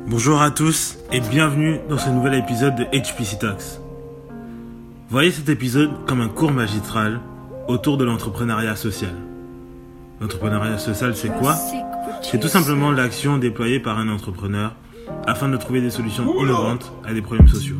Bonjour à tous et bienvenue dans ce nouvel épisode de HPC Talks. Voyez cet épisode comme un cours magistral autour de l'entrepreneuriat social. L'entrepreneuriat social, c'est quoi ? C'est tout simplement l'action déployée par un entrepreneur afin de trouver des solutions innovantes à des problèmes sociaux.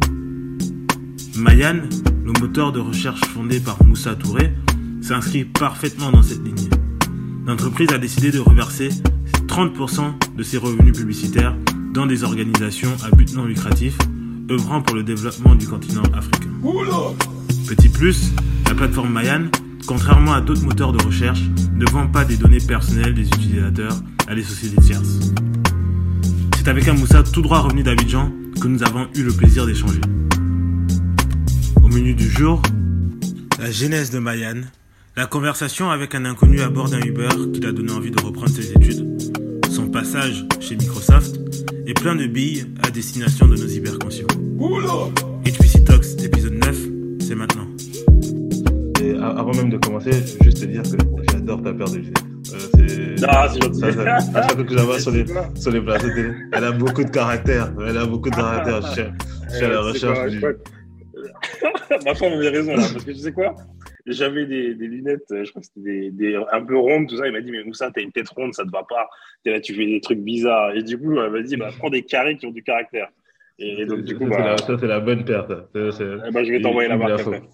Mayan, le moteur de recherche fondé par Moussa Touré, s'inscrit parfaitement dans cette lignée. L'entreprise a décidé de reverser 30% de ses revenus publicitaires dans des organisations à but non lucratif, œuvrant pour le développement du continent africain. Petit plus, la plateforme Mayan, contrairement à d'autres moteurs de recherche, ne vend pas des données personnelles des utilisateurs à des sociétés tierces. C'est avec un Moussa tout droit revenu d'Abidjan que nous avons eu le plaisir d'échanger. Au menu du jour, la genèse de Mayan, la conversation avec un inconnu à bord d'un Uber qui l'a donné envie de reprendre ses études, son passage chez Microsoft et plein de billes à destination de nos hyperconscients. HPC Talks, épisode 9, c'est maintenant. Et avant même de commencer, je veux juste te dire que j'adore ta paire de lunettes. C'est gentil. À chaque fois que je la vois sur les plateaux télé, elle a beaucoup de caractère. Je suis à la recherche. Ma femme avait raison là, parce que tu sais quoi, j'avais des lunettes, je crois que c'était des un peu rondes, tout ça. Il m'a dit, mais Moussa, t'as une tête ronde, ça te va pas. T'es là, tu fais des trucs bizarres. Et du coup, elle m'a dit, prends des carrés qui ont du caractère. Et donc, du coup, ça, c'est la bonne paire, ça. Je vais t'envoyer la marque après.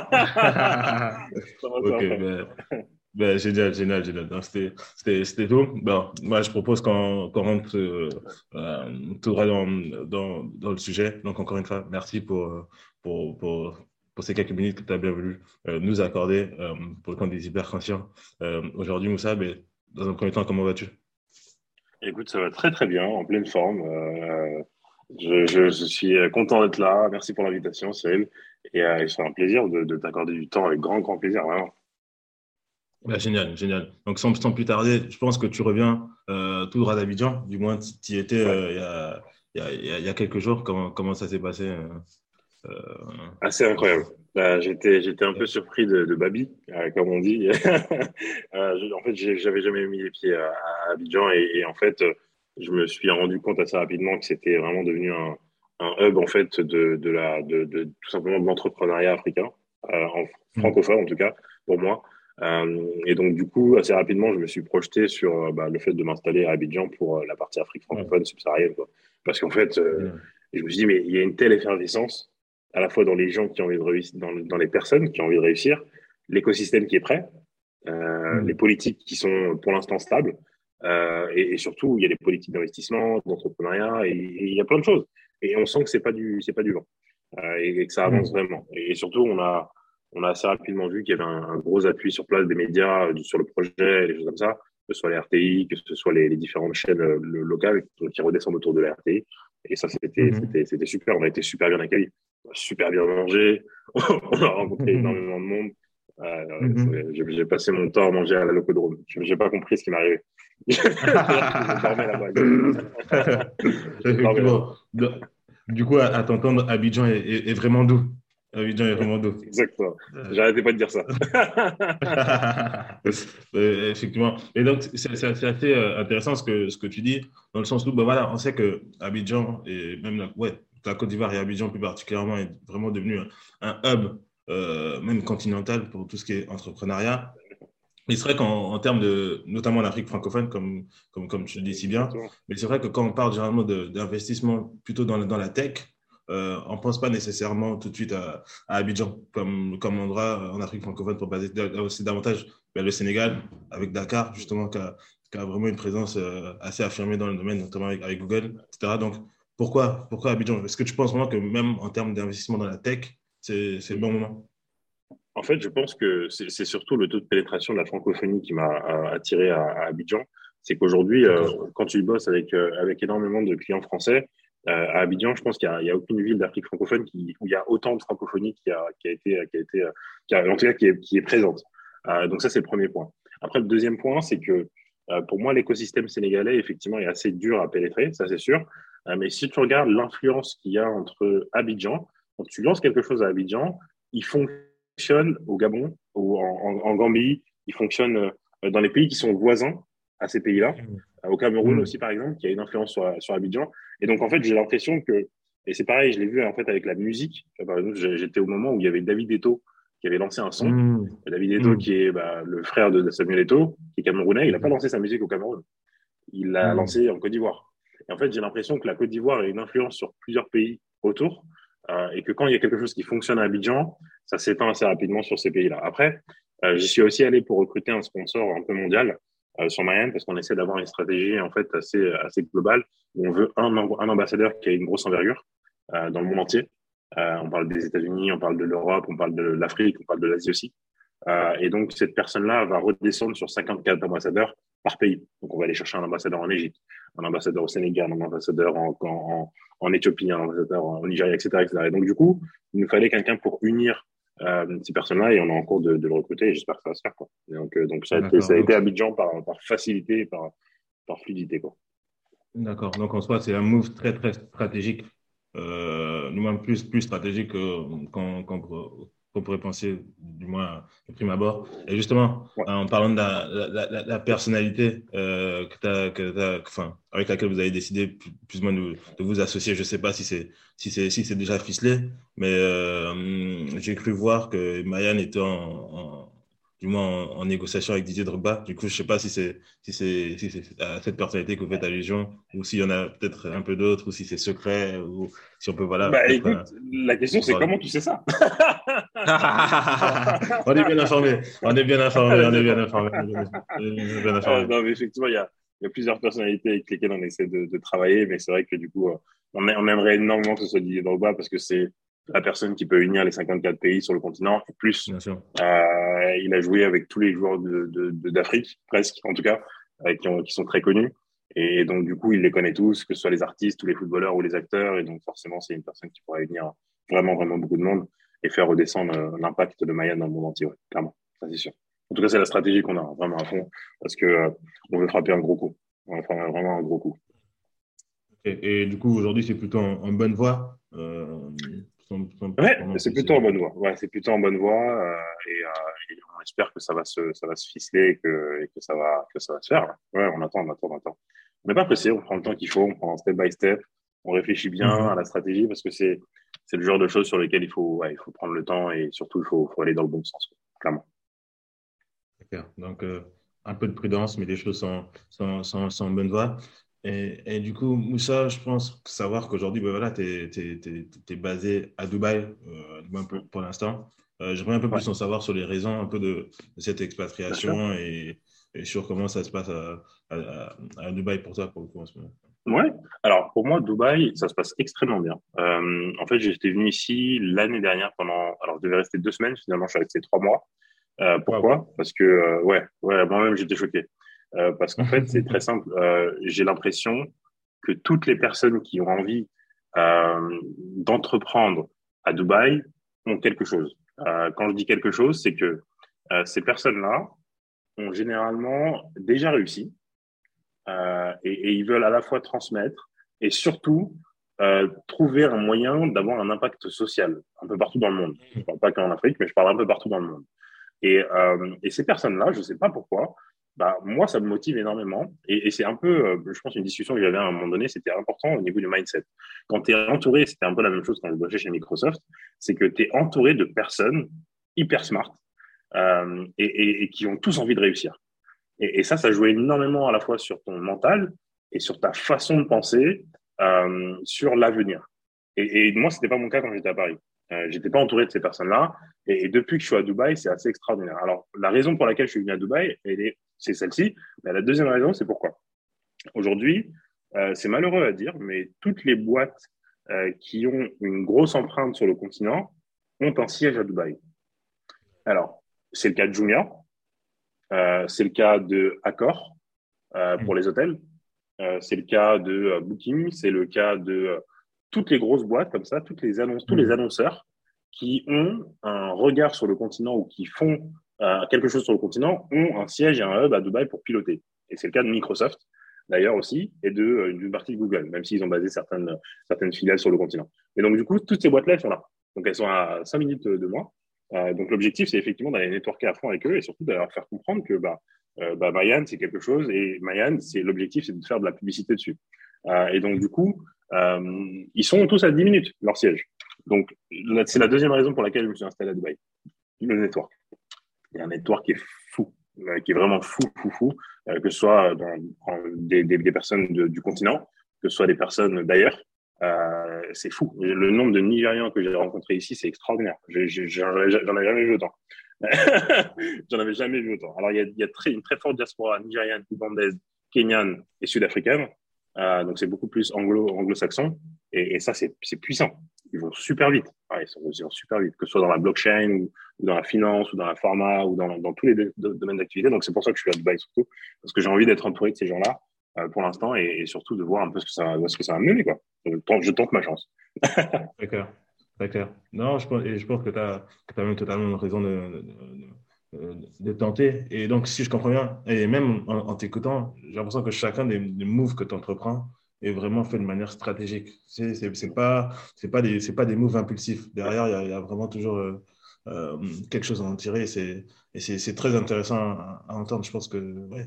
Génial. Donc, c'était tout. Bon, moi, je propose qu'on rentre tout droit dans le sujet. Donc, encore une fois, merci pour ces quelques minutes que tu as bien voulu nous accorder pour le compte des hyperconscients. Aujourd'hui, Moussa, dans un premier temps, comment vas-tu? Écoute, ça va très très bien, en pleine forme. Je suis content d'être là. Merci pour l'invitation, Cyril. Et c'est un plaisir de t'accorder du temps avec grand plaisir, vraiment. Génial. Donc, sans plus tarder, je pense que tu reviens tout droit d'Abidjan. Du moins, tu y étais il y a quelques jours. Comment ça s'est passé Assez incroyable. J'étais un peu surpris de Babi, comme on dit. En fait, j'avais jamais mis les pieds à Abidjan et en fait, je me suis rendu compte assez rapidement que c'était vraiment devenu un hub en fait de tout simplement de l'entrepreneuriat africain, francophone en tout cas pour moi. Et donc du coup, assez rapidement, je me suis projeté sur le fait de m'installer à Abidjan pour la partie Afrique francophone subsaharienne, quoi. Parce qu'en fait, je me suis dit, mais il y a une telle effervescence à la fois dans les gens qui ont envie de réussir, dans les personnes qui ont envie de réussir, l'écosystème qui est prêt, les politiques qui sont pour l'instant stables, et surtout il y a des politiques d'investissement, d'entrepreneuriat, et il y a plein de choses. Et on sent que c'est pas du vent, et que ça avance vraiment. Et surtout on a assez rapidement vu qu'il y avait un gros appui sur place des médias sur le projet, des choses comme ça, que ce soit les RTI, que ce soit les différentes chaînes locales qui redescendent autour de la RTI. Et ça, c'était super. On a été super bien accueillis, super bien mangé. On a rencontré énormément de monde. J'ai passé mon temps à manger à la Locodrome. J'ai pas compris ce qui m'arrivait. Je dormais là-bas. Effectivement. Du coup, à t'entendre, Abidjan est vraiment doux. Abidjan est vraiment doux. Exactement. J'arrêtais pas de dire ça. Effectivement. Et donc, c'est assez intéressant ce que tu dis, dans le sens où, on sait que Abidjan et même la Côte d'Ivoire et Abidjan plus particulièrement est vraiment devenu un hub, même continental pour tout ce qui est entrepreneuriat. Il serait qu'en termes notamment l'Afrique francophone, comme tu le dis si bien, mais c'est vrai que quand on parle généralement d'investissement plutôt dans la tech, on ne pense pas nécessairement tout de suite à Abidjan comme endroit en Afrique francophone pour baser aussi davantage le Sénégal, avec Dakar, justement, qui a vraiment une présence assez affirmée dans le domaine, notamment avec Google, etc. Donc, pourquoi Abidjan? Est-ce que tu penses vraiment que même en termes d'investissement dans la tech, c'est le bon moment? En fait, je pense que c'est surtout le taux de pénétration de la francophonie qui m'a attiré à Abidjan. C'est qu'aujourd'hui, quand tu bosses avec énormément de clients français, à Abidjan, je pense qu'il y a aucune ville d'Afrique francophone où il y a autant de francophonie qui est présente. Donc ça, c'est le premier point. Après, le deuxième point, c'est que pour moi, l'écosystème sénégalais, effectivement, est assez dur à pénétrer, ça c'est sûr. Mais si tu regardes l'influence qu'il y a entre Abidjan, quand tu lances quelque chose à Abidjan, il fonctionne au Gabon ou en Gambie, il fonctionne dans les pays qui sont voisins à ces pays-là, au Cameroun aussi, par exemple, qui a une influence sur Abidjan. Et donc, en fait, j'ai l'impression que, et c'est pareil, je l'ai vu en fait avec la musique. Par exemple, j'étais au moment où il y avait David Eto'o qui avait lancé un son. David Eto'o, qui est le frère de Samuel Eto'o, qui est camerounais, il n'a pas lancé sa musique au Cameroun. Il l'a lancé en Côte d'Ivoire. Et en fait, j'ai l'impression que la Côte d'Ivoire a une influence sur plusieurs pays autour, et que quand il y a quelque chose qui fonctionne à Abidjan, ça s'étend assez rapidement sur ces pays-là. Après, j'y suis aussi allé pour recruter un sponsor un peu mondial sur Mayenne, parce qu'on essaie d'avoir une stratégie en fait assez globale, où on veut un ambassadeur qui a une grosse envergure dans le monde entier. On parle des États-Unis, on parle de l'Europe, on parle de l'Afrique, on parle de l'Asie aussi. Et donc, cette personne-là va redescendre sur 54 ambassadeurs par pays. Donc, on va aller chercher un ambassadeur en Égypte, un ambassadeur au Sénégal, un ambassadeur en Éthiopie, un ambassadeur en Nigeria, etc., etc. Et donc, du coup, il nous fallait quelqu'un pour unir ces personnes-là et on est en cours de le recruter et j'espère que ça va se faire, quoi. Et donc ça a été Abidjan par facilité et par fluidité, quoi. D'accord. Donc, en soi, c'est un move très, très stratégique. Nous-mêmes plus stratégique qu'on pourrait penser, du moins de prime abord. Et justement, en parlant de la personnalité avec laquelle vous avez décidé plus ou moins de vous associer, je ne sais pas si c'est déjà ficelé, mais j'ai cru voir que Mayan était du moins en négociation avec Didier Drogba. Du coup, je ne sais pas si c'est à cette personnalité que vous faites allusion, ou s'il y en a peut-être un peu d'autres, ou si c'est secret, ou si on peut, voilà. Écoute, la question, c'est comment tu sais ça? On est bien informé. Non, mais effectivement, il y a plusieurs personnalités avec lesquelles on essaie de travailler, mais c'est vrai que du coup, on aimerait énormément que ce soit Didier Drogba parce que c'est la personne qui peut unir les 54 pays sur le continent. Et plus, il a joué avec tous les joueurs d'Afrique, presque, en tout cas, qui sont très connus. Et donc, du coup, il les connaît tous, que ce soit les artistes, tous les footballeurs ou les acteurs. Et donc, forcément, c'est une personne qui pourrait unir vraiment, vraiment beaucoup de monde et faire redescendre l'impact de Mayan dans le monde entier. Ouais, clairement, ça c'est sûr. En tout cas, c'est la stratégie qu'on a vraiment à fond parce que on veut frapper un gros coup. On veut frapper vraiment un gros coup. Et du coup, aujourd'hui, c'est plutôt en bonne voie. C'est plutôt en bonne voie. Ouais, c'est plutôt en bonne voie et on espère que ça va se ficeler et que ça va se faire. Ouais, on attend. On n'est pas pressé, on prend le temps qu'il faut, on prend step by step, on réfléchit bien à la stratégie parce que c'est le genre de choses sur lesquelles il faut prendre le temps et surtout il faut aller dans le bon sens, clairement. D'accord. Donc un peu de prudence, mais les choses sont en bonne voie. Et du coup, Moussa, je pense savoir qu'aujourd'hui, tu es basé à Dubaï, pour l'instant. J'aimerais un peu plus en savoir sur les raisons un peu de cette expatriation et sur comment ça se passe à Dubaï pour toi, pour le coup, en ce moment. Ouais. Alors, pour moi, Dubaï, ça se passe extrêmement bien. En fait, j'étais venu ici l'année dernière alors, je devais rester 2 semaines. Finalement, je suis resté 3 mois. Pourquoi? Parce que, moi-même, j'étais choqué. Parce qu'en fait, c'est très simple. J'ai l'impression que toutes les personnes qui ont envie d'entreprendre à Dubaï ont quelque chose. Quand je dis quelque chose, c'est que ces personnes-là ont généralement déjà réussi et ils veulent à la fois transmettre et surtout trouver un moyen d'avoir un impact social un peu partout dans le monde. Je ne parle pas qu'en Afrique, mais je parle un peu partout dans le monde. Et ces personnes-là, je ne sais pas pourquoi, moi, ça me motive énormément. Et c'est un peu, je pense, une discussion que j'avais à un moment donné, c'était important au niveau du mindset. Quand tu es entouré, c'était un peu la même chose quand je bossais chez Microsoft, c'est que tu es entouré de personnes hyper smart et qui ont tous envie de réussir. Et ça joue énormément à la fois sur ton mental et sur ta façon de penser sur l'avenir. Et moi, c'était pas mon cas quand j'étais à Paris. J'étais pas entouré de ces personnes-là. Et depuis que je suis à Dubaï, c'est assez extraordinaire. Alors, la raison pour laquelle je suis venu à Dubaï, c'est celle-ci. Mais la deuxième raison, c'est pourquoi. Aujourd'hui, c'est malheureux à dire, mais toutes les boîtes qui ont une grosse empreinte sur le continent ont un siège à Dubaï. Alors, c'est le cas de Jumia, c'est le cas de Accor pour les hôtels, c'est le cas de Booking, c'est le cas de toutes les grosses boîtes comme ça, tous les annonceurs qui ont un regard sur le continent ou qui font quelque chose sur le continent ont un siège et un hub à Dubaï pour piloter. Et c'est le cas de Microsoft, d'ailleurs aussi, et d'une partie de Google, même s'ils ont basé certaines filiales sur le continent. Et donc, du coup, toutes ces boîtes-là, elles sont là. Donc, elles sont à 5 minutes de moi. Donc, l'objectif, c'est effectivement d'aller networker à fond avec eux et surtout de leur faire comprendre que Mayan, c'est quelque chose, et Mayan, l'objectif, c'est de faire de la publicité dessus. Et donc, du coup, ils sont tous à 10 minutes, leur siège. Donc, c'est la deuxième raison pour laquelle je me suis installé à Dubaï. Le network. Il y a un network qui est fou, qui est vraiment fou, que ce soit des personnes du continent, que ce soit des personnes d'ailleurs. C'est fou. Le nombre de Nigérians que j'ai rencontrés ici, c'est extraordinaire. J'en avais jamais vu autant. J'en avais jamais vu autant. Alors, il y a une très forte diaspora nigériane, ougandaise, kenyane et sud-africaine. Donc, c'est beaucoup plus anglo-saxon. Et ça, c'est puissant. Ils vont super vite. Ils vont super vite, que ce soit dans la blockchain ou dans la finance ou dans la pharma ou dans tous les domaines d'activité. Donc, c'est pour ça que je suis à Dubaï surtout, parce que j'ai envie d'être entouré de ces gens-là pour l'instant et surtout de voir un peu ce que ça va mener, quoi. Je tente ma chance. D'accord. Non, je pense que tu as même totalement raison de tenter. Et donc, si je comprends bien, et même en t'écoutant, j'ai l'impression que chacun des moves que tu entreprends est vraiment fait de manière stratégique. C'est pas des moves impulsifs. Derrière, il y a vraiment toujours quelque chose à en tirer. Et c'est très intéressant à entendre. Je pense que, ouais.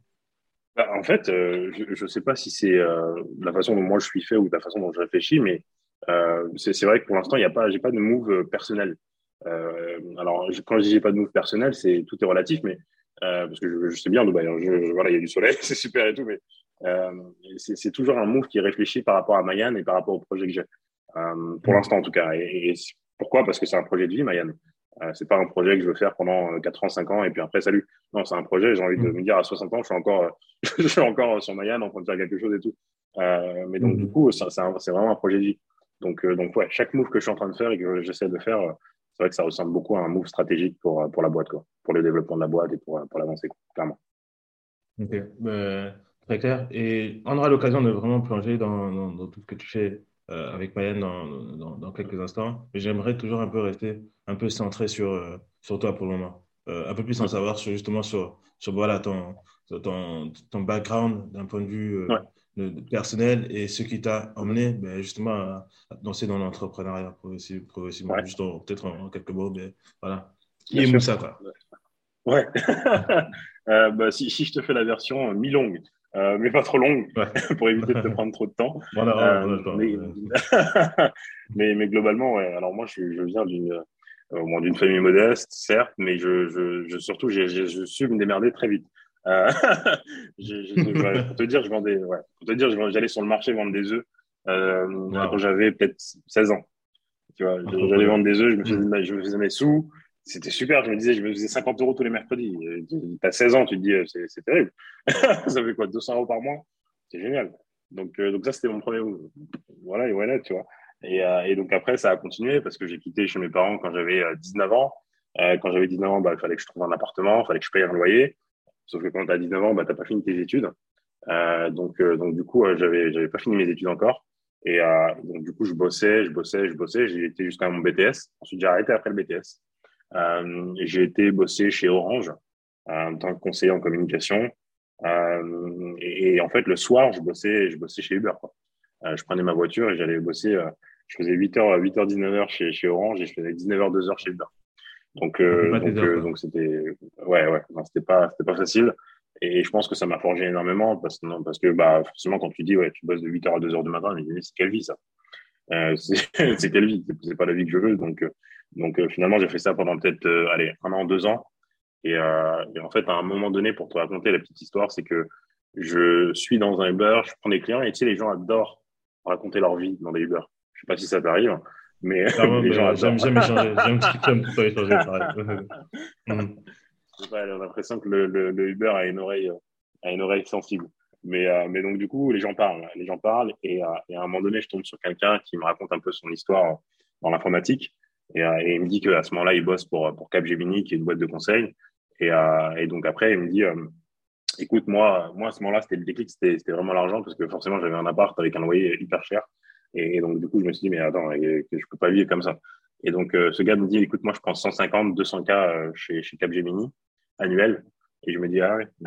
En fait, je ne sais pas si c'est la façon dont moi je suis fait ou la façon dont je réfléchis, mais c'est vrai que pour l'instant, j'ai pas de move personnel. Alors, quand je dis j'ai pas de move personnel, tout est relatif, mais parce que je sais bien Dubaï, hein, voilà, il y a du soleil, c'est super et tout, mais c'est toujours un move qui est réfléchi par rapport à Mayan et par rapport au projet que j'ai. Pour l'instant, en tout cas. Et pourquoi? Parce que c'est un projet de vie, Mayan. C'est pas un projet que je veux faire pendant 4 ans, 5 ans, et puis après, salut. Non, c'est un projet, j'ai envie de me dire à 60 ans, je suis encore sur Mayan en train de faire quelque chose et tout. Mais donc, du coup, c'est vraiment un projet de vie. Donc ouais, chaque move que je suis en train de faire et que j'essaie de faire, c'est vrai que ça ressemble beaucoup à un move stratégique pour la boîte, quoi, pour le développement de la boîte et pour l'avancer, clairement. Ok, très clair. Et on aura l'occasion de vraiment plonger dans tout ce que tu fais avec Mayen dans quelques instants. Mais j'aimerais toujours un peu rester un peu centré sur toi pour le moment. Un peu plus en savoir justement sur voilà, ton background d'un point de vue Ouais. personnel et ce qui t'a emmené justement à te lancer dans l'entrepreneuriat progressivement. Ouais. Juste peut-être en quelques mots, mais voilà. Qui Bien est sûr. Moussa, quoi? Ouais. Si je te fais la version mi-longue, mais pas trop longue, pour éviter de te prendre trop de temps. Voilà, mais globalement, ouais. Alors moi, je viens d'une famille modeste, certes, mais surtout, je suis me démerder très vite. Pour te dire, j'allais sur le marché vendre des œufs quand j'avais peut-être 16 ans. Tu vois, j'allais vendre des œufs, je me faisais mes sous. C'était super, je me disais, je me faisais 50 € tous les mercredis. T'as 16 ans, tu te dis, c'est terrible. Ça fait quoi, 200 € par mois? C'est génial. Donc ça, c'était mon premier move. Voilà, et voilà, tu vois. Et donc après, ça a continué parce que j'ai quitté chez mes parents quand j'avais 19 ans. Quand j'avais 19 ans, il fallait que je trouve un appartement, il fallait que je paye un loyer. Sauf que quand t'as 19 ans, t'as pas fini tes études. Donc du coup, j'avais pas fini mes études encore. Et donc du coup, je bossais. J'ai été jusqu'à mon BTS. Ensuite, j'ai arrêté après le BTS. J'ai été bosser chez Orange en tant que conseiller en communication. Et en fait, le soir, je bossais chez Uber, quoi. Je prenais ma voiture et j'allais bosser. Je faisais 8h, 19h chez Orange et je faisais 19h, 2h chez Uber. Donc c'était, ouais, non, c'était pas facile. Et je pense que ça m'a forgé énormément parce que forcément, quand tu dis, ouais, tu bosses de 8h à 2h du matin, mais c'est quelle vie, ça? C'est quelle vie? C'est pas la vie que je veux. Donc finalement, j'ai fait ça pendant peut-être, 1 an, 2 ans. Et en fait, à un moment donné, pour te raconter la petite histoire, c'est que je suis dans un Uber, je prends des clients et tu sais, les gens adorent raconter leur vie dans des Uber. Je sais pas si ça t'arrive, mais les gens adorent. J'aime échanger. J'aime échanger, pareil. J'ai l'impression que le Uber a une oreille sensible. Mais donc, du coup, les gens parlent. Et à un moment donné, je tombe sur quelqu'un qui me raconte un peu son histoire dans l'informatique. Et il me dit qu'à ce moment-là, il bosse pour Capgemini, qui est une boîte de conseil. Et donc, après, il me dit, écoute, moi, à ce moment-là, c'était le déclic, c'était vraiment l'argent, parce que forcément, j'avais un appart avec un loyer hyper cher. Et donc, du coup, je me suis dit, mais attends, je peux pas vivre comme ça. Et donc, ce gars me dit, écoute, moi, je prends 150, 200 K chez Capgemini, annuel. Et je me dis, ah ouais, d'accord.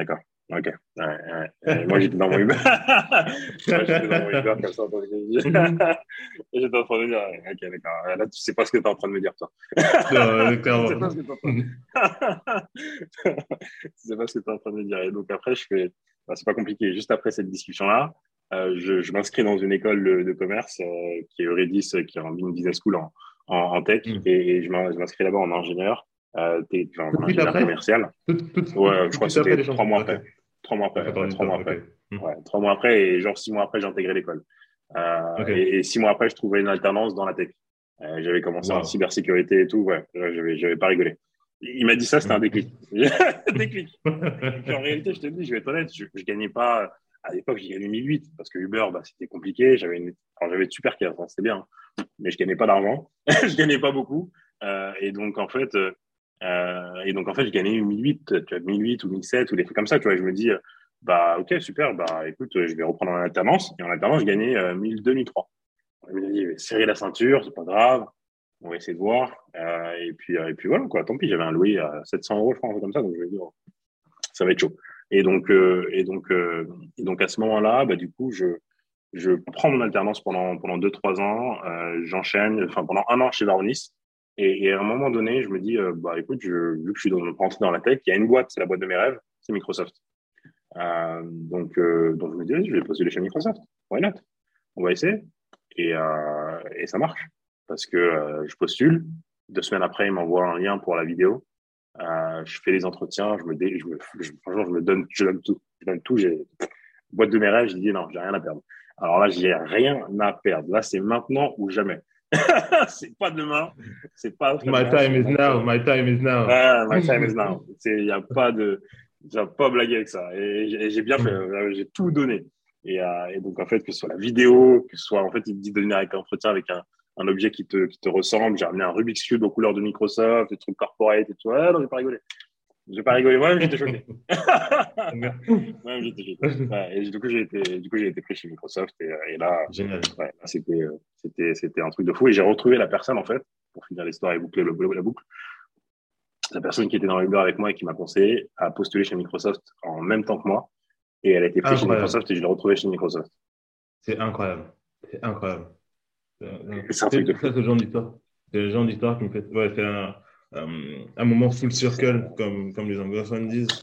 Ok. Moi, j'étais dans mon Uber. Moi, j'étais dans mon Uber comme ça en train de j'étais en train de dire, ok, d'accord. Là, tu sais pas ce que tu es en train de me dire, toi. Non, Tu sais pas clairement. ce que tu es en train de... Tu sais pas ce que tu es en train de me dire. Et donc, après, je fais, bah, c'est pas compliqué. Juste après cette discussion-là, je m'inscris dans une école de commerce qui est Euredis, qui est une business school en tech. Mm. Et je m'inscris là-bas en ingénieur, Tout de en suite ingénieur après? commercial. Ouais, je Tout de crois que suite après c'était les trois chansons. mois Ok. après. 3 mois Ça après, part ouais, du 3 temps. mois Ok. après. Mm. Ouais, 3 mois après, et genre 6 mois après, j'ai intégré l'école. Ok. Et 6 mois après, je trouvais une alternance dans la tech. J'avais commencé en Wow. cybersécurité et tout, ouais, j'avais pas rigolé. Il m'a dit ça, c'était un Mm. déclic. Déclic. Et puis en réalité, je te dis, je vais être honnête, je gagnais pas, à l'époque, j'ai gagné 1008 parce que Uber, bah, c'était compliqué. J'avais de super cartes, hein, c'était bien, mais je gagnais pas d'argent. Je gagnais pas beaucoup. Et donc, en fait, je gagnais 1008, tu vois, 1008 ou 1007 ou des trucs comme ça, tu vois. Et je me dis, bah, ok, super, bah, écoute, je vais reprendre en alternance. Et en alternance, je gagnais 1002, 1003. Je me dit, serrer la ceinture, c'est pas grave. On va essayer de voir. Et puis voilà, quoi. Tant pis, j'avais un louer à 700 euros, je crois, un peu comme ça. Donc, je vais dire, ça va être chaud. Et donc, à ce moment-là, bah, du coup, je prends mon alternance pendant 2-3 ans. J'enchaîne, enfin, pendant un an chez Varonis. Et à un moment donné, je me dis, bah, écoute, vu que je suis rentré dans la tech, il y a une boîte, c'est la boîte de mes rêves, c'est Microsoft. Donc, je me dis, vas-y, je vais postuler chez Microsoft. Why not? On va essayer. Et ça marche. Parce que je postule. 2 semaines après, ils m'envoient un lien pour la vidéo. Je fais les entretiens. Franchement, je donne tout. Je donne tout. J'ai boîte de mes rêves. Je dis non, j'ai rien à perdre. Alors là, j'ai rien à perdre. Là, c'est maintenant ou jamais. C'est pas demain. C'est pas My après-demain. time C'est is now. maintenant. My time is now. Ah, my time is now. Il n'y a pas de, j'ai pas blagué avec ça. Et j'ai bien fait. J'ai tout donné. Et donc, en fait, que ce soit la vidéo, que ce soit, en fait, il te dit de venir avec un entretien avec un objet qui te ressemble. J'ai ramené un Rubik's Cube aux couleurs de Microsoft, des trucs corporate et tout. Ah, non, j'ai pas rigolé. J'ai pas rigolé. Moi-même, j'étais choqué. Moi-même, j'étais choqué. Ouais, et du coup, j'ai été pris chez Microsoft. Et là, Génial. ouais, là, c'était un truc de fou. Et j'ai retrouvé la personne, en fait, pour finir l'histoire et boucler la boucle. La personne qui était dans l'Uber avec moi et qui m'a conseillé a postulé chez Microsoft en même temps que moi. Et elle a été prise chez Incroyable. Microsoft et je l'ai retrouvée chez Microsoft. C'est incroyable. C'est incroyable. C'est un truc de fou. Ça, c'est le genre d'histoire. C'est le genre d'histoire qui me fait. Ouais, c'est un moment full circle, comme les anglophones disent.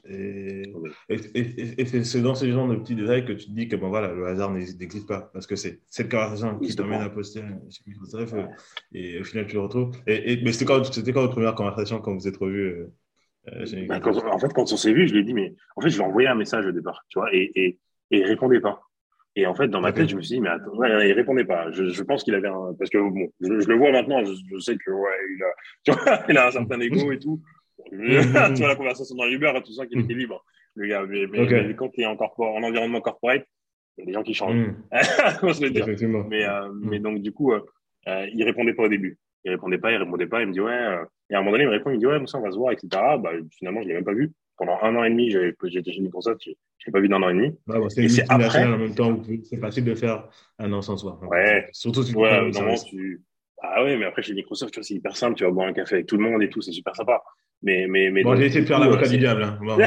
Et c'est dans ce genre de petits détails que tu te dis que bon, voilà, le hasard n'existe pas. Parce que c'est cette conversation qui t'amène à poster chez Microsoft. Et au final, tu le retrouves. Mais c'était quand votre première conversation quand vous êtes revus chez Microsoft? En fait, quand on s'est vu, je lui ai dit, mais en fait, je lui ai envoyé un message au départ, tu vois, et il répondait pas. Et en fait, dans ma tête, je me suis dit, mais attends, ouais, il répondait pas. Je pense qu'il avait parce que bon, je le vois maintenant, je sais que, ouais, tu vois, il a un certain ego et tout. Tu vois, la conversation dans l'Uber, tout ça, qu'il était libre, le gars. Mais quand il est en environnement corporate, il y a des gens qui changent. Comment je veux dire? Effectivement. Mais donc, du coup, il répondait pas au début. Il répondait pas. Il me dit, ouais, et à un moment donné, il me répond, il me dit, ouais, Moussa, on va se voir, etc. Bah, finalement, je l'ai même pas vu. Pendant un an et demi, j'étais chez Microsoft, je l'ai pas vu d'un an et demi. Ouais, bon, c'est Et une c'est après. multinationale en même temps où c'est facile de faire un an sans soi. Ouais. Surtout si tu Ouais, fais le normalement, service. ah ouais, mais après, chez Microsoft, tu vois, c'est hyper simple. Tu vas boire un café avec tout le monde et tout, c'est super sympa. Mais Bon, donc, j'ai essayé de faire l'avocat du diable. Hein. Bon,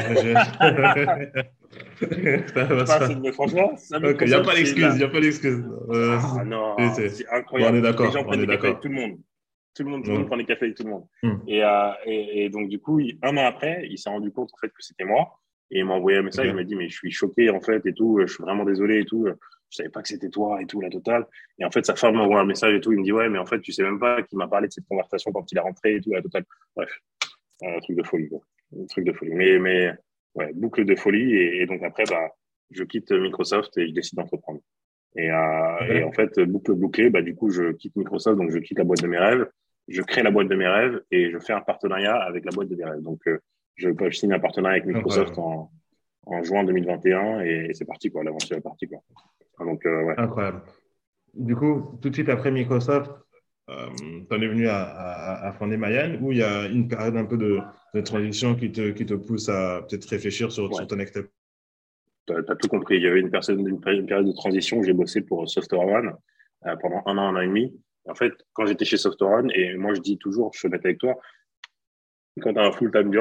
franchement, ça il n'y a pas d'excuse, il n'y a pas d'excuse. Ah non, c'est incroyable. Bon, on est d'accord. Les gens prennent des cafés avec tout le monde. Tout le monde prend des cafés avec tout le monde. Et donc, du coup, un an après, il s'est rendu compte en fait que c'était moi. Et il m'a envoyé un message. Il m'a dit, mais je suis choqué en fait et tout. Je suis vraiment désolé et tout. Je savais pas que c'était toi et tout, la totale. Et en fait, sa femme m'envoie un message et tout. Il me dit, ouais, mais en fait, tu sais même pas qu'il m'a parlé de cette conversation quand il est rentré et tout, la totale. Bref, un truc de folie, quoi. Un truc de folie. Mais ouais, boucle de folie. Et donc après, bah, je quitte Microsoft et je décide d'entreprendre. Et en fait, boucle bouclée, bah, du coup, je quitte Microsoft, donc je quitte la boîte de mes rêves. Je crée la boîte de mes rêves et je fais un partenariat avec la boîte de mes rêves. Donc, je signe un partenariat avec Microsoft en juin 2021 et c'est parti, quoi. L'aventure est partie, quoi. Donc, ouais. Incroyable. Du coup, tout de suite après Microsoft, tu en es venu à fonder Mayan ou il y a une période un peu de transition qui te pousse à peut-être réfléchir sur ton next step? Tu as tout compris. Il y avait une période de transition où j'ai bossé pour SoftwareOne pendant un an et demi. En fait, quand j'étais chez SoftwareOne, et moi je dis toujours, je suis honnête avec toi, quand tu as un full-time job,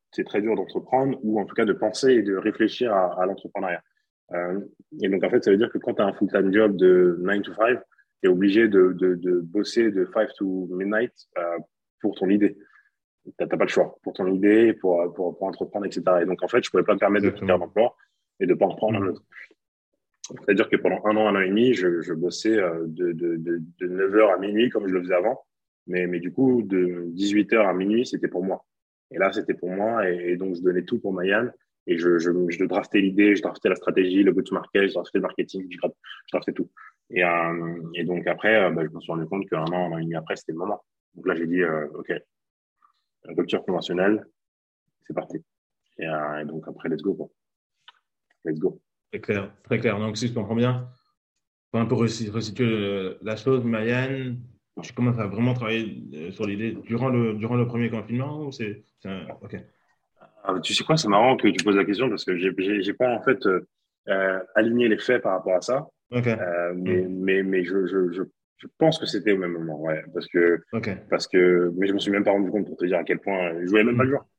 c'est très dur d'entreprendre ou en tout cas de penser et de réfléchir à l'entrepreneuriat. Et donc, en fait, ça veut dire que quand tu as un full-time job de 9 to 5, tu es obligé de bosser de 5 to midnight pour ton idée. Tu n'as pas le choix pour ton idée, pour entreprendre, etc. Et donc, en fait, je ne pouvais pas me permettre de quitter un emploi et de ne pas en reprendre un autre. C'est-à-dire que pendant un an et demi, je bossais de 9h à minuit comme je le faisais avant. Mais du coup, de 18h à minuit, c'était pour moi. Et là, c'était pour moi. Et donc, je donnais tout pour Mayan. Et je draftais l'idée, je draftais la stratégie, le go-to-market, je draftais le marketing, je draftais tout. Et donc, après, je me suis rendu compte qu'un an et demi après, c'était le moment. Donc là, j'ai dit, OK, rupture conventionnelle, c'est parti. Et donc, après, let's go, quoi. Let's go. Très clair, très clair. Donc, si je comprends bien, pour un peu resituer la chose, Mayan, tu commences à vraiment travailler sur l'idée durant le premier confinement ou OK. Tu sais quoi, c'est marrant que tu poses la question parce que j'ai pas en fait aligné les faits par rapport à ça. Okay. Mais je pense que c'était au même moment, ouais, parce que mais je me suis même pas rendu compte pour te dire à quel point je jouais même pas le joueur.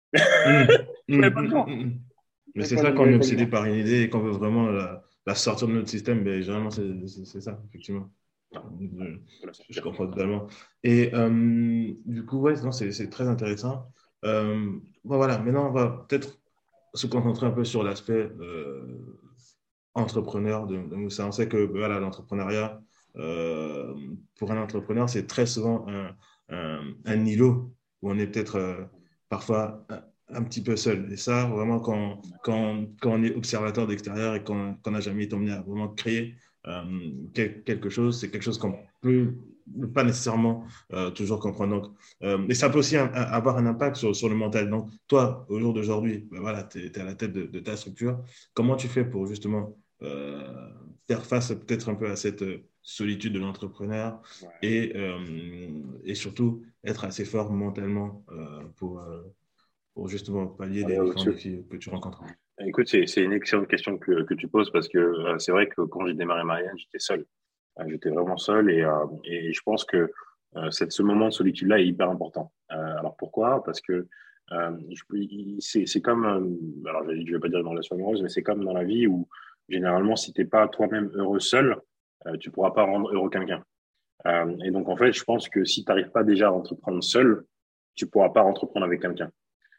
Je jouais pas le joueur. Mais c'est ça qu'on est obsédé par une idée et qu'on veut vraiment la sortir de notre système. Mais généralement, c'est ça, effectivement. Je comprends totalement. Et du coup, ouais, non, c'est très intéressant. Voilà, maintenant, on va peut-être se concentrer un peu sur l'aspect entrepreneur de Moussa. On sait que voilà, l'entrepreneuriat, pour un entrepreneur, c'est très souvent un îlot où on est peut-être parfois un petit peu seul. Et ça, vraiment, quand on est observateur d'extérieur et qu'on n'a jamais été emmené à vraiment créer quelque chose, c'est quelque chose qu'on peut pas nécessairement toujours comprendre. Donc, et ça peut aussi avoir un impact sur le mental. Donc, toi, au jour d'aujourd'hui, voilà, tu es à la tête de ta structure. Comment tu fais pour justement faire face peut-être un peu à cette solitude de l'entrepreneur et surtout être assez fort mentalement pour justement pallier les différents défis que tu rencontres? Écoute, c'est une excellente question que tu poses parce que c'est vrai que quand j'ai démarré Marianne, j'étais seul. J'étais vraiment seul et je pense que ce moment de solitude-là est hyper important. Alors pourquoi? Parce que c'est comme, alors je vais pas dire une relation amoureuse, mais c'est comme dans la vie où généralement, si tu n'es pas toi-même heureux seul, tu pourras pas rendre heureux quelqu'un. Et donc, en fait, je pense que si tu n'arrives pas déjà à entreprendre seul, tu pourras pas entreprendre avec quelqu'un.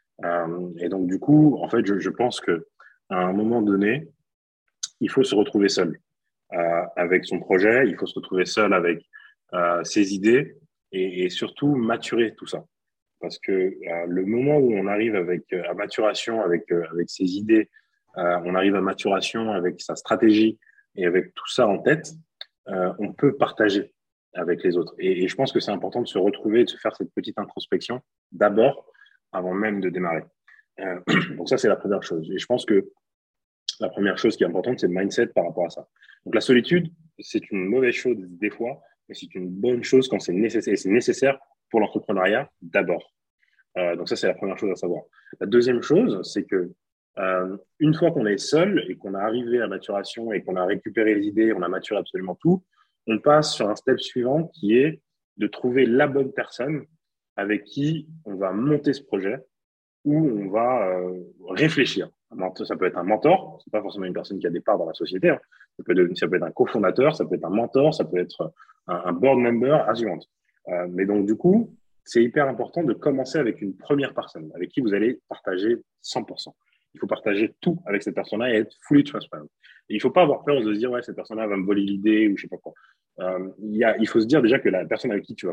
Et donc, du coup, en fait, je pense que à un moment donné, il faut se retrouver seul avec son projet, il faut se retrouver seul avec ses idées et surtout maturer tout ça. Parce que le moment où on arrive à maturation avec ses idées, on arrive à maturation avec sa stratégie et avec tout ça en tête, on peut partager avec les autres. Et je pense que c'est important de se retrouver, de se faire cette petite introspection d'abord, avant même de démarrer. Donc ça, c'est la première chose. Et je pense que la première chose qui est importante, c'est le mindset par rapport à ça. Donc la solitude, c'est une mauvaise chose des fois, mais c'est une bonne chose quand c'est nécessaire. Et c'est nécessaire pour l'entrepreneuriat d'abord. Donc ça, c'est la première chose à savoir. La deuxième chose, c'est que une fois qu'on est seul et qu'on a arrivé à maturation et qu'on a récupéré les idées, on a maturé absolument tout, on passe sur un step suivant qui est de trouver la bonne personne avec qui on va monter ce projet où on va réfléchir. Ça peut être un mentor, c'est pas forcément une personne qui a des parts dans la société. Hein. Ça peut être un cofondateur, ça peut être un mentor, ça peut être un board member, as you want. Mais donc du coup, c'est hyper important de commencer avec une première personne avec qui vous allez partager 100%. Il faut partager tout avec cette personne-là et être fully transparent. Et il ne faut pas avoir peur de se dire ouais, cette personne-là va me voler l'idée ou je sais pas quoi. Il faut se dire déjà que la personne avec qui tu vas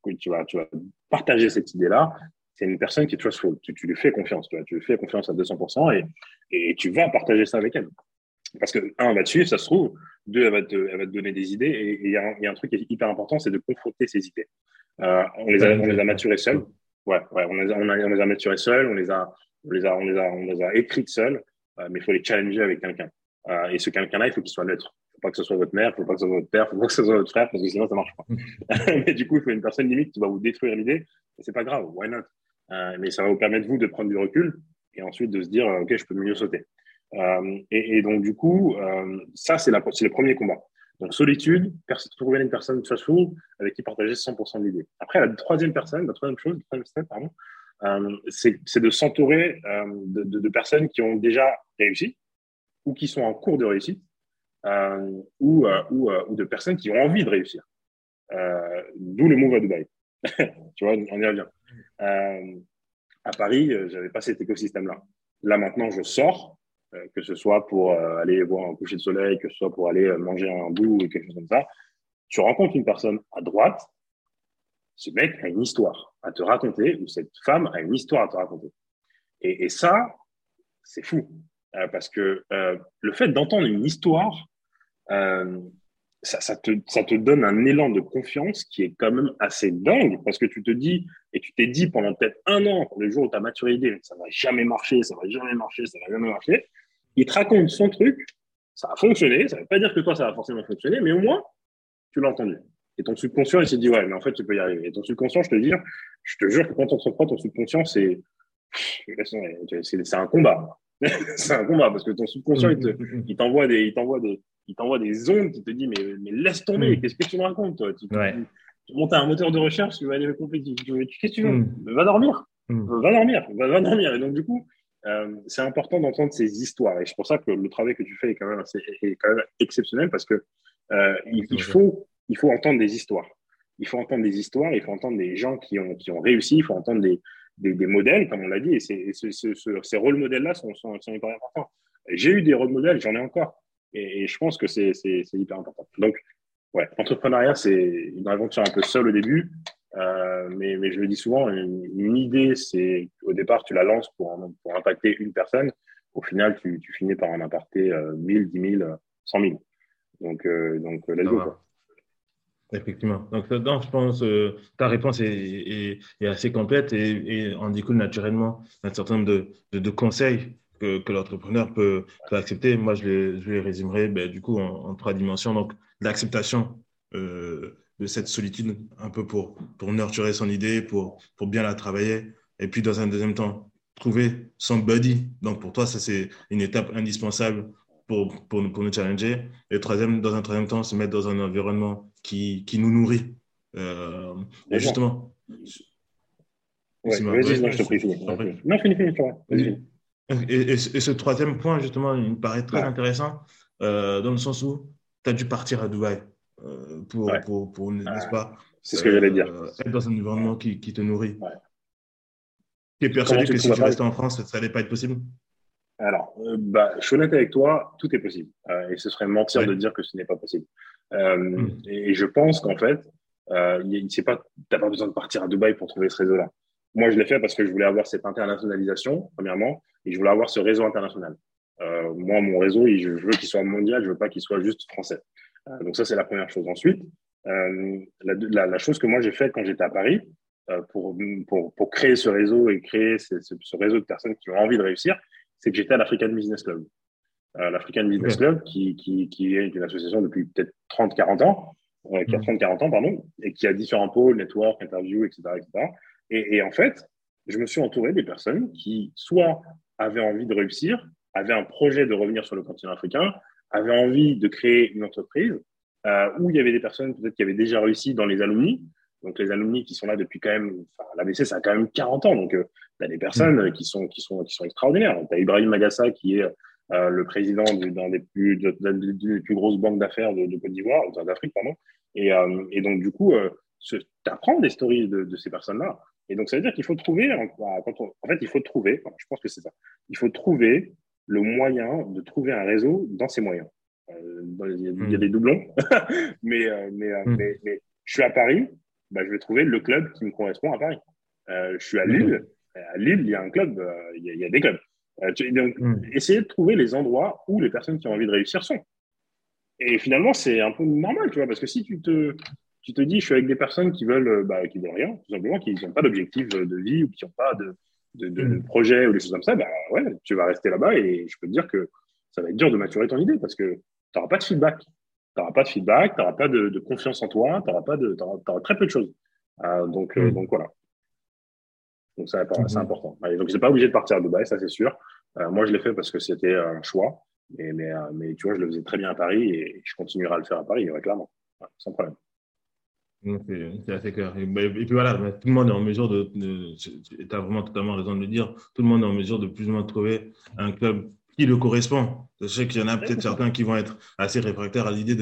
partager cette idée-là, c'est une personne qui est trustful. Tu lui fais confiance, tu lui fais confiance à 200% et tu vas partager ça avec elle. Parce que, un, elle va te suivre, ça se trouve. Deux, elle va te donner des idées. Et il y a un truc qui est hyper important, c'est de confronter ces idées. On les a maturées seules. Ouais, on les a maturées seules, on les a écrites seules, mais il faut les challenger avec quelqu'un. Et ce quelqu'un-là, il faut qu'il soit neutre. Il ne faut pas que ce soit votre mère, il ne faut pas que ce soit votre père, il ne faut pas que ce soit votre frère, parce que sinon, ça ne marche pas. Mais du coup, il faut une personne limite qui va vous détruire l'idée. Ce n'est pas grave, why not? Mais ça va vous permettre, vous, de prendre du recul et ensuite de se dire, OK, je peux mieux sauter. Et donc, du coup, ça, c'est le premier combat. Donc, solitude, trouver une personne trustful avec qui partager 100% de l'idée. Après, la troisième step, c'est de s'entourer de personnes qui ont déjà réussi ou qui sont en cours de réussite ou de personnes qui ont envie de réussir. D'où le move à Dubaï. Tu vois, on y revient. À Paris, j'avais pas cet écosystème-là. Là, maintenant, je sors, que ce soit pour aller voir un coucher de soleil, que ce soit pour aller manger un bout ou quelque chose comme ça. Tu rencontres une personne à droite, ce mec a une histoire à te raconter, ou cette femme a une histoire à te raconter. Et ça, c'est fou. Parce que le fait d'entendre une histoire, ça te donne un élan de confiance qui est quand même assez dingue, parce que tu te dis, et tu t'es dit pendant peut-être un an, le jour où tu as maturé l'idée, ça va jamais marcher, ça va jamais marcher, ça va jamais marcher, il te raconte son truc, ça a fonctionné, ça ne veut pas dire que toi, ça va forcément fonctionner, mais au moins, tu l'as entendu. Et ton subconscient, il s'est dit, ouais, mais en fait, tu peux y arriver. Et ton subconscient, je te jure que quand tu entreprends, ton subconscient, c'est un combat. C'est un combat, parce que ton subconscient, il t'envoie des ondes qui te disent, mais laisse tomber, qu'est-ce que tu me racontes, toi? Tu montes à un moteur de recherche, tu vas aller compétitif. Qu'est-ce que tu veux? Va dormir. Va dormir. Et donc, du coup, c'est important d'entendre ces histoires. Et c'est pour ça que le travail que tu fais est quand même exceptionnel, parce que il faut entendre des histoires. Il faut entendre des histoires, il faut entendre des gens qui ont réussi, il faut entendre des modèles, comme on l'a dit, et ces rôles modèles-là sont hyper importants. J'ai eu des rôles modèles, j'en ai encore, et je pense que c'est hyper important. Donc, ouais, l'entrepreneuriat, c'est une aventure un peu seule au début, mais je le dis souvent, une idée, c'est au départ, tu la lances pour impacter une personne, au final, tu finis par en impacter 1000, 10 000, 100 000. Donc let's go, quoi. Effectivement. Donc, je pense ta réponse est assez complète et en découle naturellement un certain nombre de conseils que l'entrepreneur peut accepter. Moi, je les résumerai du coup en 3 dimensions. Donc, l'acceptation de cette solitude un peu pour nurturer son idée, pour bien la travailler. Et puis, dans un deuxième temps, trouver son buddy. Donc, pour toi, ça, c'est une étape indispensable pour nous challenger. Et dans un troisième temps, se mettre dans un environnement qui nous nourrit. Et justement. Vas-y, non, je te prie, finis. Non, finis, vas-y. Et ce troisième point, justement, il me paraît très intéressant, dans le sens où tu as dû partir à Dubaï pour n'est-ce pas? C'est ce que j'allais dire. Être dans un environnement qui te nourrit. Tu es persuadé que si tu restais en France, ça n'allait pas être possible? Alors, je suis honnête avec toi, tout est possible. Et ce serait mentir de dire que ce n'est pas possible. Et je pense qu'en fait, tu n'as pas besoin de partir à Dubaï pour trouver ce réseau-là. Moi, je l'ai fait parce que je voulais avoir cette internationalisation, premièrement, et je voulais avoir ce réseau international. Moi, mon réseau, je veux qu'il soit mondial, je veux pas qu'il soit juste français. Donc ça, c'est la première chose. Ensuite, la chose que moi j'ai fait quand j'étais à Paris, pour créer ce réseau et créer ce réseau de personnes qui ont envie de réussir, c'est que j'étais à l'African Business Club. L'African Business Club, qui est une association depuis peut-être 30-40 ans, qui a 30-40 ans, pardon, et qui a différents pôles, network, interview, etc., etc. Et en fait, je me suis entouré des personnes qui soit avaient envie de réussir, avaient un projet de revenir sur le continent africain, avaient envie de créer une entreprise, où il y avait des personnes peut-être qui avaient déjà réussi dans les alumni. Donc, les alumni qui sont là depuis quand même, l'ABC, ça a quand même 40 ans. Donc, tu as des personnes qui sont extraordinaires. Tu as Ibrahim Magassa, qui est le président d'une des plus grosses banques d'affaires de Côte d'Ivoire, d'Afrique, pardon. Et donc, du coup, tu apprends des stories de ces personnes-là. Et donc, ça veut dire qu'il faut trouver, il faut trouver, je pense que c'est ça, il faut trouver le moyen de trouver un réseau dans ces moyens. Il y a des doublons, mais je suis à Paris, je vais trouver le club qui me correspond à Paris. Je suis à Lille. À Lille, il y a un club, il y a des clubs. Donc, essayer de trouver les endroits où les personnes qui ont envie de réussir sont. Et finalement, c'est un peu normal, tu vois, parce que si tu te dis, je suis avec des personnes qui veulent rien, tout simplement, qui n'ont pas d'objectif de vie ou qui n'ont pas de projet ou des choses comme ça, tu vas rester là-bas et je peux te dire que ça va être dur de maturer ton idée parce que tu n'auras pas de feedback. Tu n'auras pas de confiance en toi, tu auras très peu de choses. Donc voilà. Donc ça, c'est important. Et donc, je n'ai pas obligé de partir à Dubaï, ça c'est sûr. Moi, je l'ai fait parce que c'était un choix. Mais tu vois, je le faisais très bien à Paris et je continuerai à le faire à Paris, clairement. Sans problème. Donc, c'est assez clair. Et puis voilà, tout le monde est en mesure tu as vraiment totalement raison de le dire, tout le monde est en mesure de plus ou moins trouver un club qui le correspond. Je sais qu'il y en a peut-être certains qui vont être assez réfractaires à l'idée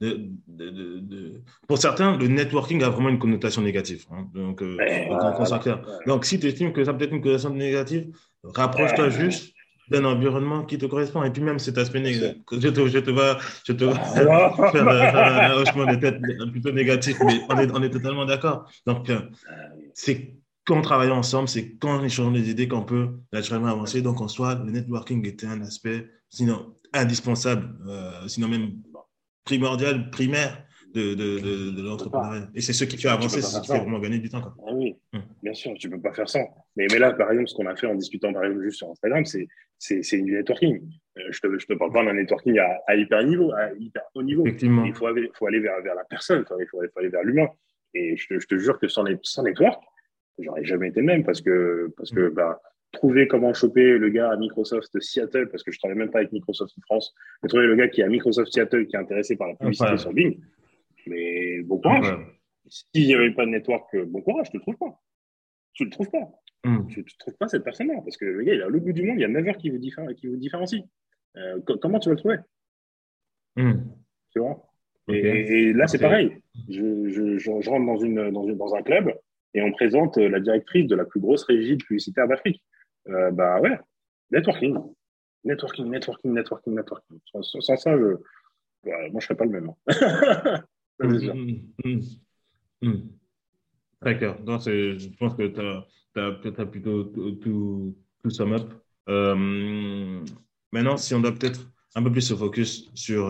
Pour certains, le networking a vraiment une connotation négative. Hein. Donc, qu'on soit clair. Donc, si tu estimes que ça a peut-être une connotation négative, rapproche-toi juste d'un environnement qui te correspond. Et puis même cet aspect négatif, je te vois faire un hochement de tête plutôt négatif, mais on est totalement d'accord. Donc, c'est qu'en travaillant ensemble, c'est qu'en échangeant des idées qu'on peut naturellement avancer. Donc, en soi, le networking était un aspect, sinon indispensable, sinon même primordial, primaire de l'entrepreneuriat. Et c'est ce qui fait avancer, c'est ce qui fait vraiment gagner du temps. Quoi. Ah oui, bien sûr, tu ne peux pas faire sans. Mais là, par exemple, ce qu'on a fait en discutant, par exemple, juste sur Instagram, c'est du networking. Je te parle pas d'un networking à hyper haut niveau. Effectivement. Il faut aller vers la personne, il faut aller vers l'humain. Et je te jure que sans network, j'aurais jamais été le même parce que trouver comment choper le gars à Microsoft Seattle, parce que je travaille même pas avec Microsoft France, mais trouver le gars qui est à Microsoft Seattle, qui est intéressé par la publicité sur Bing, mais bon courage. S'il n'y avait pas de network, bon courage, tu ne le trouves pas. Tu ne le trouves pas. Tu ne trouves pas cette personne-là, parce que le gars, il est à l'autre bout du monde, il y a 9 heures qui vous différencie. Comment tu vas le trouver? Tu vois? Et là, c'est pareil. Je rentre dans un club et on présente la directrice de la plus grosse régie de publicitaire d'Afrique. Ouais, networking. Networking. Sans ça, moi, je ne serais pas le même. D'accord. Donc, je pense que tu as plutôt tout sum up. Maintenant, si on doit peut-être un peu plus se focus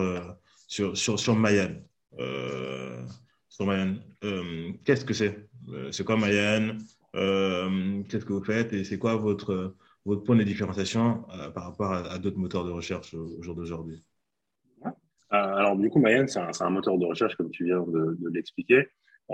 sur Mayan. Sur Mayan. Qu'est-ce que c'est? C'est quoi Mayan? Qu'est-ce que vous faites? Et c'est quoi votre point de différenciation par rapport à d'autres moteurs de recherche au jour d'aujourd'hui? Alors, du coup, Mayan, c'est un moteur de recherche, comme tu viens de l'expliquer.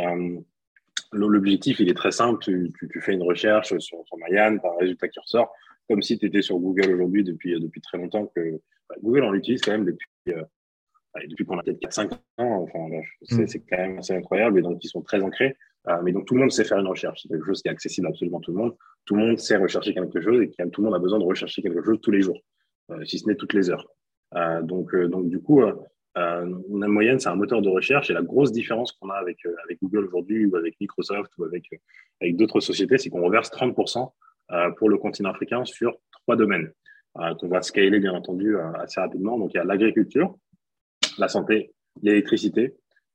L'objectif, il est très simple. Tu fais une recherche sur Mayan, tu as un résultat qui ressort, comme si tu étais sur Google aujourd'hui depuis très longtemps. Google, on l'utilise quand même depuis qu'on a peut-être 4-5 ans. Enfin, c'est quand même assez incroyable. Et donc, ils sont très ancrés. Mais donc, tout le monde sait faire une recherche. C'est quelque chose qui est accessible à absolument tout le monde. Tout le monde sait rechercher quelque chose et tout le monde a besoin de rechercher quelque chose tous les jours, si ce n'est toutes les heures. Donc, du coup, Mayan, c'est un moteur de recherche et la grosse différence qu'on a avec Google aujourd'hui ou avec Microsoft ou avec d'autres sociétés, c'est qu'on reverse 30% pour le continent africain sur 3 domaines qu'on va scaler, bien entendu, assez rapidement. Donc, il y a l'agriculture, la santé, l'électricité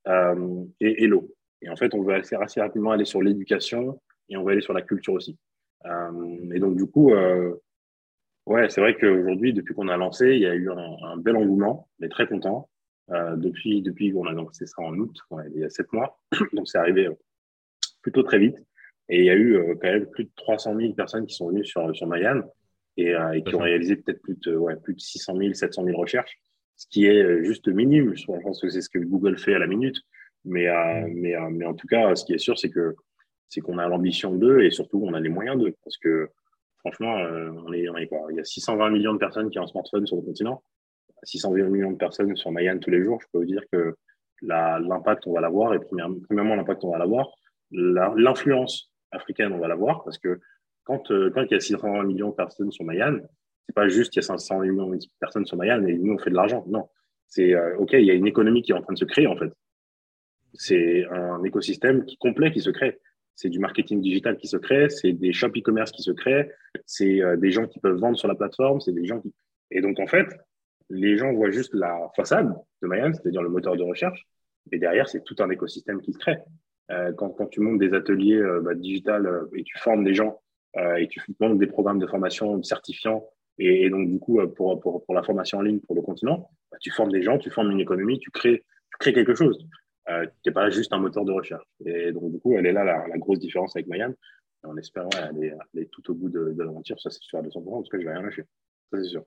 et l'eau. Et en fait, on veut assez rapidement aller sur l'éducation et on va aller sur la culture aussi. Et donc, du coup, ouais, c'est vrai qu'aujourd'hui, depuis qu'on a lancé, il y a eu un bel engouement. On est très content. Depuis qu'on a lancé ça en août, il y a 7 mois. Donc, c'est arrivé plutôt très vite. Et il y a eu quand même plus de 300 000 personnes qui sont venues sur Mayan et qui ont réalisé peut-être plus de 600 000, 700 000 recherches, ce qui est juste minime. Je pense que c'est ce que Google fait à la minute. Mais en tout cas, ce qui est sûr, c'est qu'on a l'ambition d'eux et surtout, on a les moyens d'eux. Parce que franchement, on est quoi? Il y a 620 millions de personnes qui ont un smartphone sur le continent. 620 millions de personnes sur Mayan tous les jours. Je peux vous dire que l'impact, on va l'avoir. Et premièrement, l'impact, on va l'avoir. L'influence africaine, on va l'avoir. Parce que quand il y a 620 millions de personnes sur Mayan, c'est pas juste qu'il y a 500 millions de personnes sur Mayan et nous, on fait de l'argent. Non. C'est OK, il y a une économie qui est en train de se créer, en fait. C'est un écosystème complet qui se crée. C'est du marketing digital qui se crée, c'est des shops e-commerce qui se créent, c'est des gens qui peuvent vendre sur la plateforme, c'est des gens qui... Et donc, en fait, les gens voient juste la façade de Mayan, c'est-à-dire le moteur de recherche, et derrière, c'est tout un écosystème qui se crée. Quand tu montes des ateliers digital et tu formes des gens et tu montes des programmes de formation certifiants, et donc, du coup, pour la formation en ligne pour le continent, tu formes des gens, tu formes une économie, tu crées quelque chose. Qui n'est pas juste un moteur de recherche. Et donc, du coup, elle est là la grosse différence avec Mayan. Et on espère aller tout au bout de l'aventure. Ça, c'est sûr à 200%, parce que je ne vais rien lâcher. Ça, c'est sûr.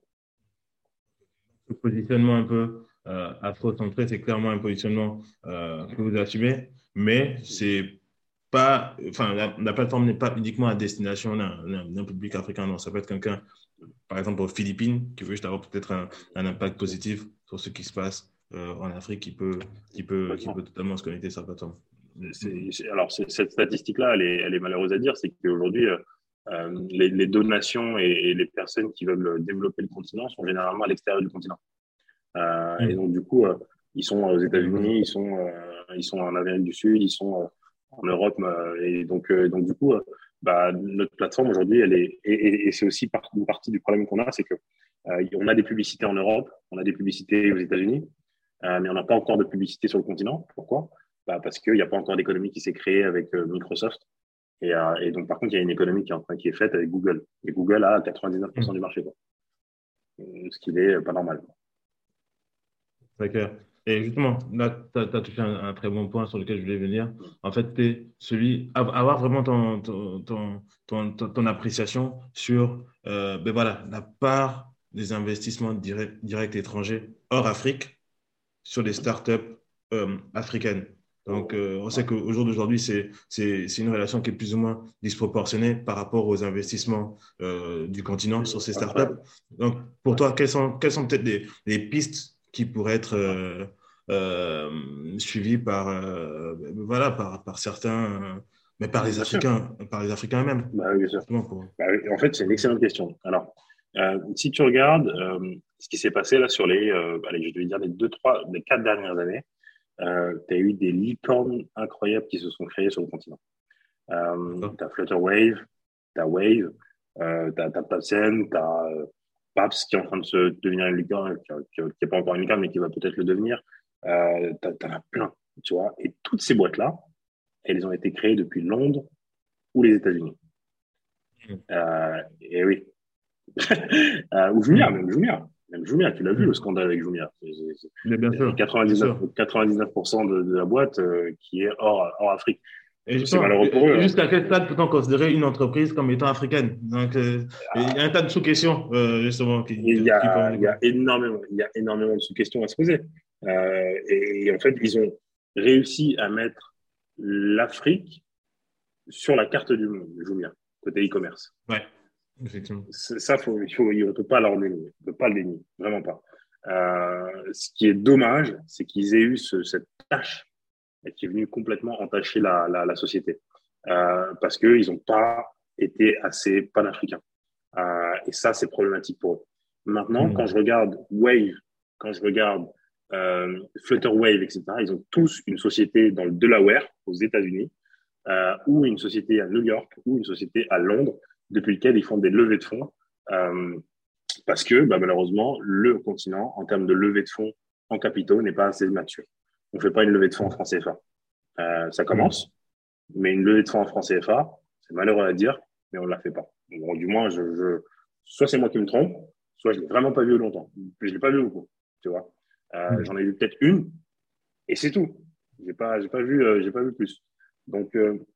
Ce positionnement un peu afro-centré, c'est clairement un positionnement que vous assumez, mais c'est pas, enfin, la plateforme n'est pas uniquement à destination d'un public africain. Non, ça peut être quelqu'un, par exemple, aux Philippines, qui veut juste avoir peut-être un impact positif sur ce qui se passe en Afrique, qui peut totalement se connecter sur la plateforme. alors, cette statistique-là, elle est malheureuse à dire, c'est qu'aujourd'hui, les donations et les personnes qui veulent développer le continent sont généralement à l'extérieur du continent. Et donc, du coup, ils sont aux États-Unis, ils sont en Amérique du Sud, ils sont en Europe. Et donc, du coup, notre plateforme aujourd'hui, elle est, et c'est aussi une partie du problème qu'on a, c'est que on a des publicités en Europe, on a des publicités aux États-Unis, mais on n'a pas encore de publicité sur le continent. Pourquoi? Parce qu'il n'y a pas encore d'économie qui s'est créée avec Microsoft. Et donc, par contre, il y a une économie qui est faite avec Google. Et Google a 99% du marché, quoi. Ce qui n'est pas normal. Très clair. Et justement, là, tu as touché un très bon point sur lequel je voulais venir. En fait, tu es avoir vraiment ton appréciation sur voilà, la part des investissements directs étrangers hors Afrique sur les startups africaines. Donc, on sait qu'au jour d'aujourd'hui, c'est une relation qui est plus ou moins disproportionnée par rapport aux investissements du continent sur ces startups. Donc, pour toi, quelles sont peut-être les pistes qui pourraient être suivies par certains, mais par les Africains eux-mêmes. Oui, bien sûr. En fait, c'est une excellente question. Alors, si tu regardes ce qui s'est passé là sur je vais dire les 4 dernières années, tu as eu des licornes incroyables qui se sont créées sur le continent. Tu as Flutterwave, tu as Wave, tu as Tapsen, tu as Paps qui est en train de se devenir une licorne, qui n'est pas encore une licorne, mais qui va peut-être le devenir. Tu en as plein, tu vois. Et toutes ces boîtes-là, elles ont été créées depuis Londres ou les États-Unis. Et oui. Ou Jumia, même Jumia, tu l'as vu le scandale avec Jumia. Mais bien sûr. 99% de la boîte qui est hors Afrique. Et c'est malheureux pour eux. Jusqu'à quel stade peut-on considérer une entreprise comme étant africaine? Donc, il y a un tas de sous-questions, justement. Il y a énormément de sous-questions à se poser. Et en fait, ils ont réussi à mettre l'Afrique sur la carte du monde, Jumia, côté e-commerce. Ouais, effectivement. Ça, on ne peut pas leur dénier. On ne peut pas le dénier, vraiment pas. Ce qui est dommage, c'est qu'ils aient eu cette tâche qui est venue complètement entacher la société. Parce qu'ils n'ont pas été assez panafricains. Et ça, c'est problématique pour eux. Maintenant, quand je regarde Wave, quand je regarde Flutterwave, etc., ils ont tous une société dans le Delaware, aux États-Unis, ou une société à New York, ou une société à Londres, depuis lequel ils font des levées de fonds. Parce que, malheureusement, le continent, en termes de levée de fonds en capitaux, n'est pas assez mature. On ne fait pas une levée de fonds en francs CFA. Ça commence, mais une levée de fonds en francs CFA, c'est malheureux à dire, mais on ne la fait pas. Bon, du moins, soit c'est moi qui me trompe, soit je ne l'ai vraiment pas vu longtemps. Je ne l'ai pas vu beaucoup, tu vois. J'en ai vu peut-être une, et c'est tout. J'ai pas vu plus. Donc,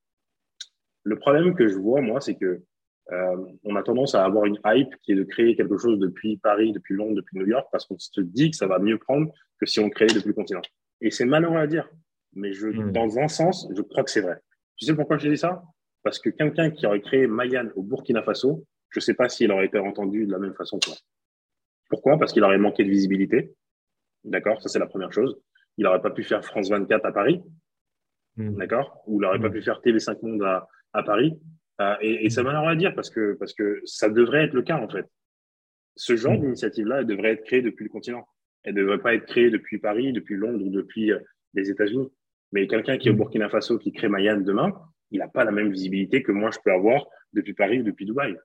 le problème que je vois, moi, c'est que on a tendance à avoir une hype qui est de créer quelque chose depuis Paris, depuis Londres, depuis New York, parce qu'on se dit que ça va mieux prendre que si on crée depuis le continent. Et c'est malheureux à dire, mais dans un sens, je crois que c'est vrai. Tu sais pourquoi je dis ça? Parce que quelqu'un qui aurait créé Mayan au Burkina Faso, je ne sais pas s'il aurait été entendu de la même façon que moi. Pourquoi? Parce qu'il aurait manqué de visibilité. D'accord? Ça, c'est la première chose. Il n'aurait pas pu faire France 24 à Paris. D'accord? Ou il n'aurait pas pu faire TV5 Monde à Paris. Et c'est malheureux à dire parce que ça devrait être le cas, en fait. Ce genre d'initiative-là, elle devrait être créée depuis le continent. Elle ne devrait pas être créée depuis Paris, depuis Londres ou depuis les États-Unis. Mais quelqu'un qui est au Burkina Faso, qui crée Mayan demain, il n'a pas la même visibilité que moi, je peux avoir depuis Paris ou depuis Dubaï.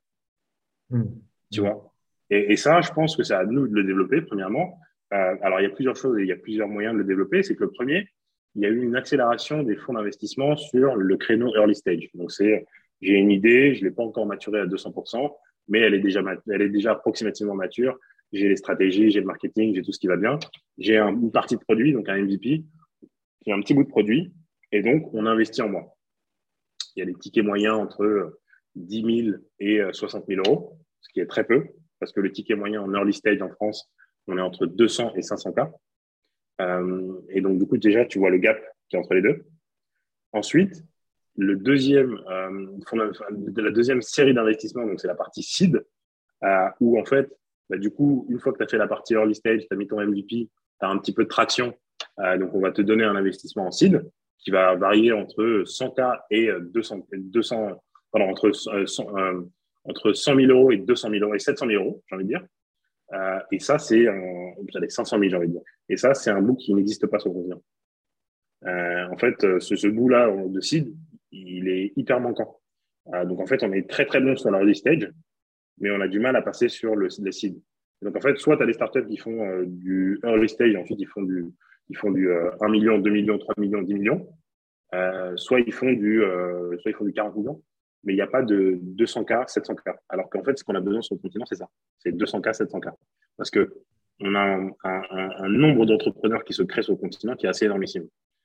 Tu vois? Et ça, je pense que c'est à nous de le développer, premièrement. Alors, il y a plusieurs choses et il y a plusieurs moyens de le développer. C'est que le premier, il y a eu une accélération des fonds d'investissement sur le créneau early stage. Donc, j'ai une idée, je ne l'ai pas encore maturée à 200%, mais elle est déjà approximativement mature. J'ai les stratégies, j'ai le marketing, j'ai tout ce qui va bien. J'ai une partie de produit, donc un MVP, j'ai un petit bout de produit, et donc on investit en moi. Il y a des tickets moyens entre 10 000 et 60 000 euros, ce qui est très peu, parce que le ticket moyen en early stage en France, on est entre 200 et 500 K. Et donc, du coup, déjà, tu vois le gap qui est entre les deux. Ensuite, la deuxième série d'investissements, donc c'est la partie seed, où en fait, du coup, une fois que tu as fait la partie early stage, tu as mis ton MVP, tu as un petit peu de traction, donc on va te donner un investissement en seed. qui va varier entre 100K et 200 pardon, entre 100 000 euros et 200 000 euros et 700 000 euros, j'ai envie de dire. Et ça, c'est allez, 500 000, j'ai envie de dire. Et ça, c'est un book qui n'existe pas sur le continent. En fait, ce bout-là de seed, il est hyper manquant. Donc, en fait, on est très, très bon sur l'early stage, mais on a du mal à passer sur les seed. Donc, en fait, soit tu as des startups qui font du early stage, ensuite, ils font du 1 million, 2 millions, 3 millions, 10 millions. Soit ils font du 40 millions, mais il n'y a pas de 200K, 700K. Alors qu'en fait, ce qu'on a besoin sur le continent, c'est ça. C'est 200K, 700K. Parce que on a un nombre d'entrepreneurs qui se créent sur le continent qui est assez énormissime.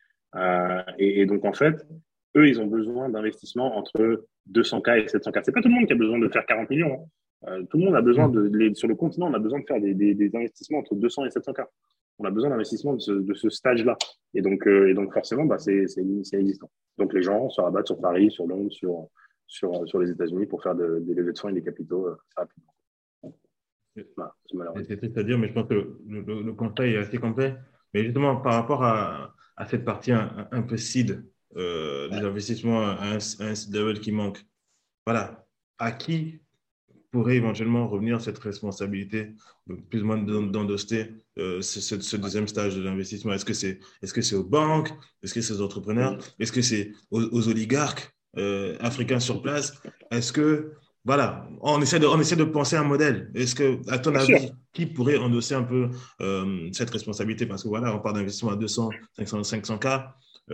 Et donc, en fait, eux, ils ont besoin d'investissements entre 200K et 700K. C'est pas tout le monde qui a besoin de faire 40 millions. Tout le monde a besoin sur le continent, on a besoin de faire des investissements entre 200 et 700K. On a besoin d'investissements de ce stage-là. Et donc forcément, c'est existant. Donc, les gens se rabattent sur Paris, sur Londres, sur les États-Unis pour faire des levées de fonds et des capitaux rapidement. Voilà, c'est triste à dire, mais je pense que le conseil est assez complet. Mais justement, par rapport à cette partie un peu seed, des investissements à un seed level qui manque, voilà, à qui pourrait éventuellement revenir cette responsabilité, plus ou moins d'endosser ce deuxième stage de l'investissement? Est-ce que c'est aux banques? Est-ce que c'est aux entrepreneurs? Est-ce que c'est aux oligarques africains sur place? Est-ce que, voilà, on essaie de penser un modèle. Est-ce que, à ton avis, qui pourrait endosser un peu cette responsabilité? Parce que voilà, on parle d'investissement à 200, 500K.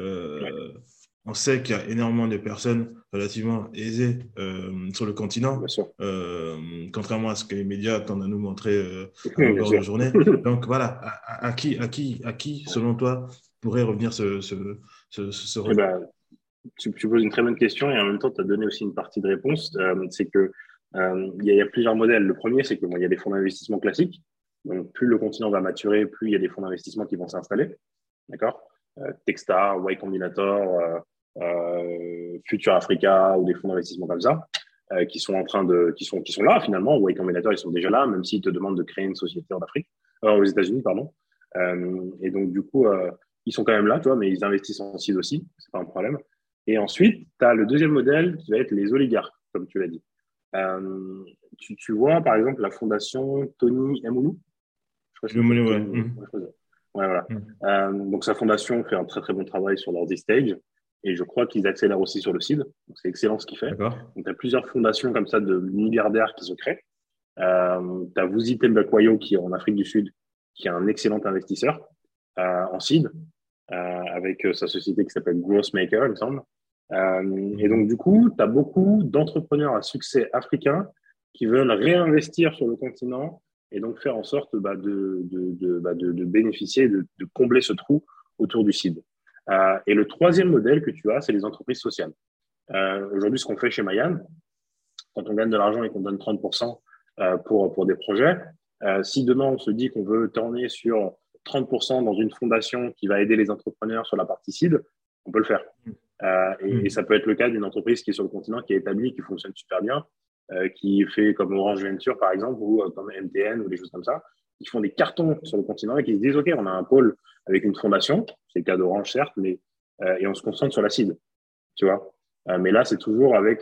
On sait qu'il y a énormément de personnes relativement aisées sur le continent, contrairement à ce que les médias tendent à nous montrer à longueur de journée. Donc voilà, à qui, selon toi, pourrait revenir ce rôle? Tu poses une très bonne question et en même temps, tu as donné aussi une partie de réponse. C'est que il y a plusieurs modèles. Le premier, c'est qu'il y a des fonds d'investissement classiques. Donc, plus le continent va maturer, plus il y a des fonds d'investissement qui vont s'installer. D'accord? Techstar, Y Combinator, Future Africa ou des fonds d'investissement comme ça, qui sont là finalement. Y Combinator, ils sont déjà là, même s'ils te demandent de créer une société en Afrique, aux États-Unis, pardon. Et donc, du coup, ils sont quand même là, tu vois, mais ils investissent en seed aussi, c'est pas un problème. Et ensuite, tu as le deuxième modèle qui va être les oligarques, comme tu l'as dit. Tu vois, par exemple, la fondation Tony Emoulou. Voilà. Donc, sa fondation fait un très, très bon travail sur l'early stage et je crois qu'ils accélèrent aussi sur le seed. Donc, c'est excellent ce qu'il fait. Donc, tu as plusieurs fondations comme ça de milliardaires qui se créent. Tu as Vusi Tembakwayo qui est en Afrique du Sud, qui est un excellent investisseur en seed, avec sa société qui s'appelle Growthmaker, il me semble. Et donc, du coup, tu as beaucoup d'entrepreneurs à succès africains qui veulent réinvestir sur le continent et donc faire en sorte de bénéficier, de combler ce trou autour du seed. Et le troisième modèle que tu as, c'est les entreprises sociales. Aujourd'hui, ce qu'on fait chez Mayan, quand on gagne de l'argent et qu'on donne 30% pour des projets, si demain on se dit qu'on veut tourner sur 30% dans une fondation qui va aider les entrepreneurs sur la partie seed, on peut le faire. Et ça peut être le cas d'une entreprise qui est sur le continent, qui est établie, qui fonctionne super bien, qui fait comme Orange Venture, par exemple, ou comme MTN, ou des choses comme ça, qui font des cartons sur le continent et qui se disent, OK, on a un pôle avec une fondation, c'est le cas d'Orange, certes, mais et on se concentre sur la seed, tu vois. Mais là, c'est toujours avec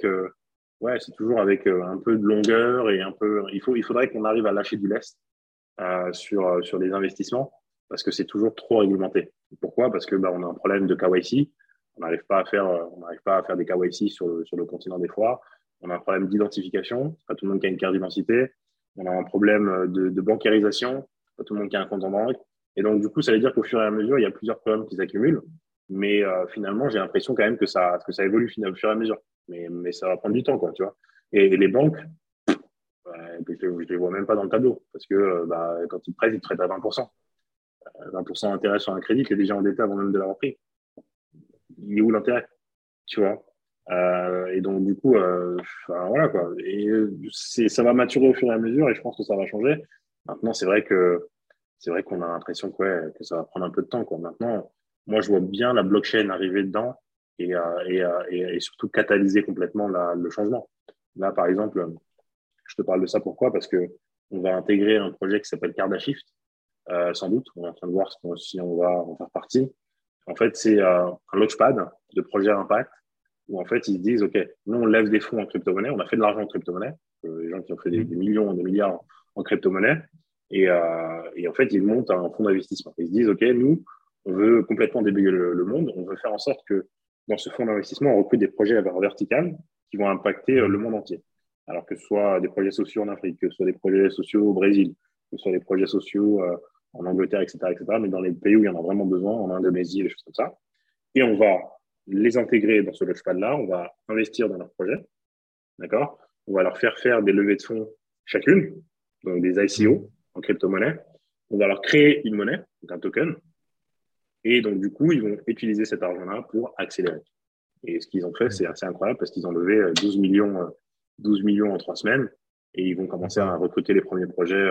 un peu de longueur et un peu. Il faudrait qu'on arrive à lâcher du lest sur les investissements parce que c'est toujours trop réglementé. Pourquoi? Parce que on a un problème de KYC. On n'arrive pas à faire des KYC sur le continent des fois. On a un problème d'identification. C'est pas tout le monde qui a une carte d'identité. On a un problème de bancarisation. C'est pas tout le monde qui a un compte en banque. Et donc, du coup, ça veut dire qu'au fur et à mesure, il y a plusieurs problèmes qui s'accumulent. Mais finalement, j'ai l'impression quand même que ça évolue au fur et à mesure. Mais ça va prendre du temps, quoi, tu vois. Et les banques, je les vois même pas dans le tableau. Parce que quand ils te prêtent à 20%. 20% d'intérêt sur un crédit qui est déjà endetté avant même de l'avoir pris. Il est où l'intérêt, tu vois? Et donc, du coup, voilà, quoi. Et ça va maturer au fur et à mesure et je pense que ça va changer. Maintenant, c'est vrai qu'on a l'impression que ça va prendre un peu de temps, quoi. Maintenant, moi, je vois bien la blockchain arriver dedans et surtout catalyser complètement le changement. Là, par exemple, je te parle de ça pourquoi? Parce que on va intégrer un projet qui s'appelle Cardashift, sans doute. On est en train de voir si on va en faire partie. En fait, c'est un launchpad de projet à impact où en fait, ils se disent, OK, nous, on lève des fonds en crypto-monnaie, on a fait de l'argent en crypto-monnaie, les gens qui ont fait des millions, des milliards en crypto-monnaie, et en fait, ils montent un fonds d'investissement. Ils se disent, OK, nous, on veut complètement débugger le monde, on veut faire en sorte que dans ce fonds d'investissement, on recrute des projets verticales qui vont impacter le monde entier. Alors que ce soit des projets sociaux en Afrique, que ce soit des projets sociaux au Brésil, que ce soit des projets sociaux en Angleterre, etc., mais dans les pays où il y en a vraiment besoin, en Indonésie, des choses comme ça. Et on va les intégrer dans ce launchpad-là, on va investir dans leurs projets, d'accord? On va leur faire des levées de fonds chacune, donc des ICO en crypto-monnaie. On va leur créer une monnaie, donc un token. Et donc, du coup, ils vont utiliser cet argent-là pour accélérer. Et ce qu'ils ont fait, c'est assez incroyable parce qu'ils ont levé 12 millions en 3 semaines et ils vont commencer à recruter les premiers projets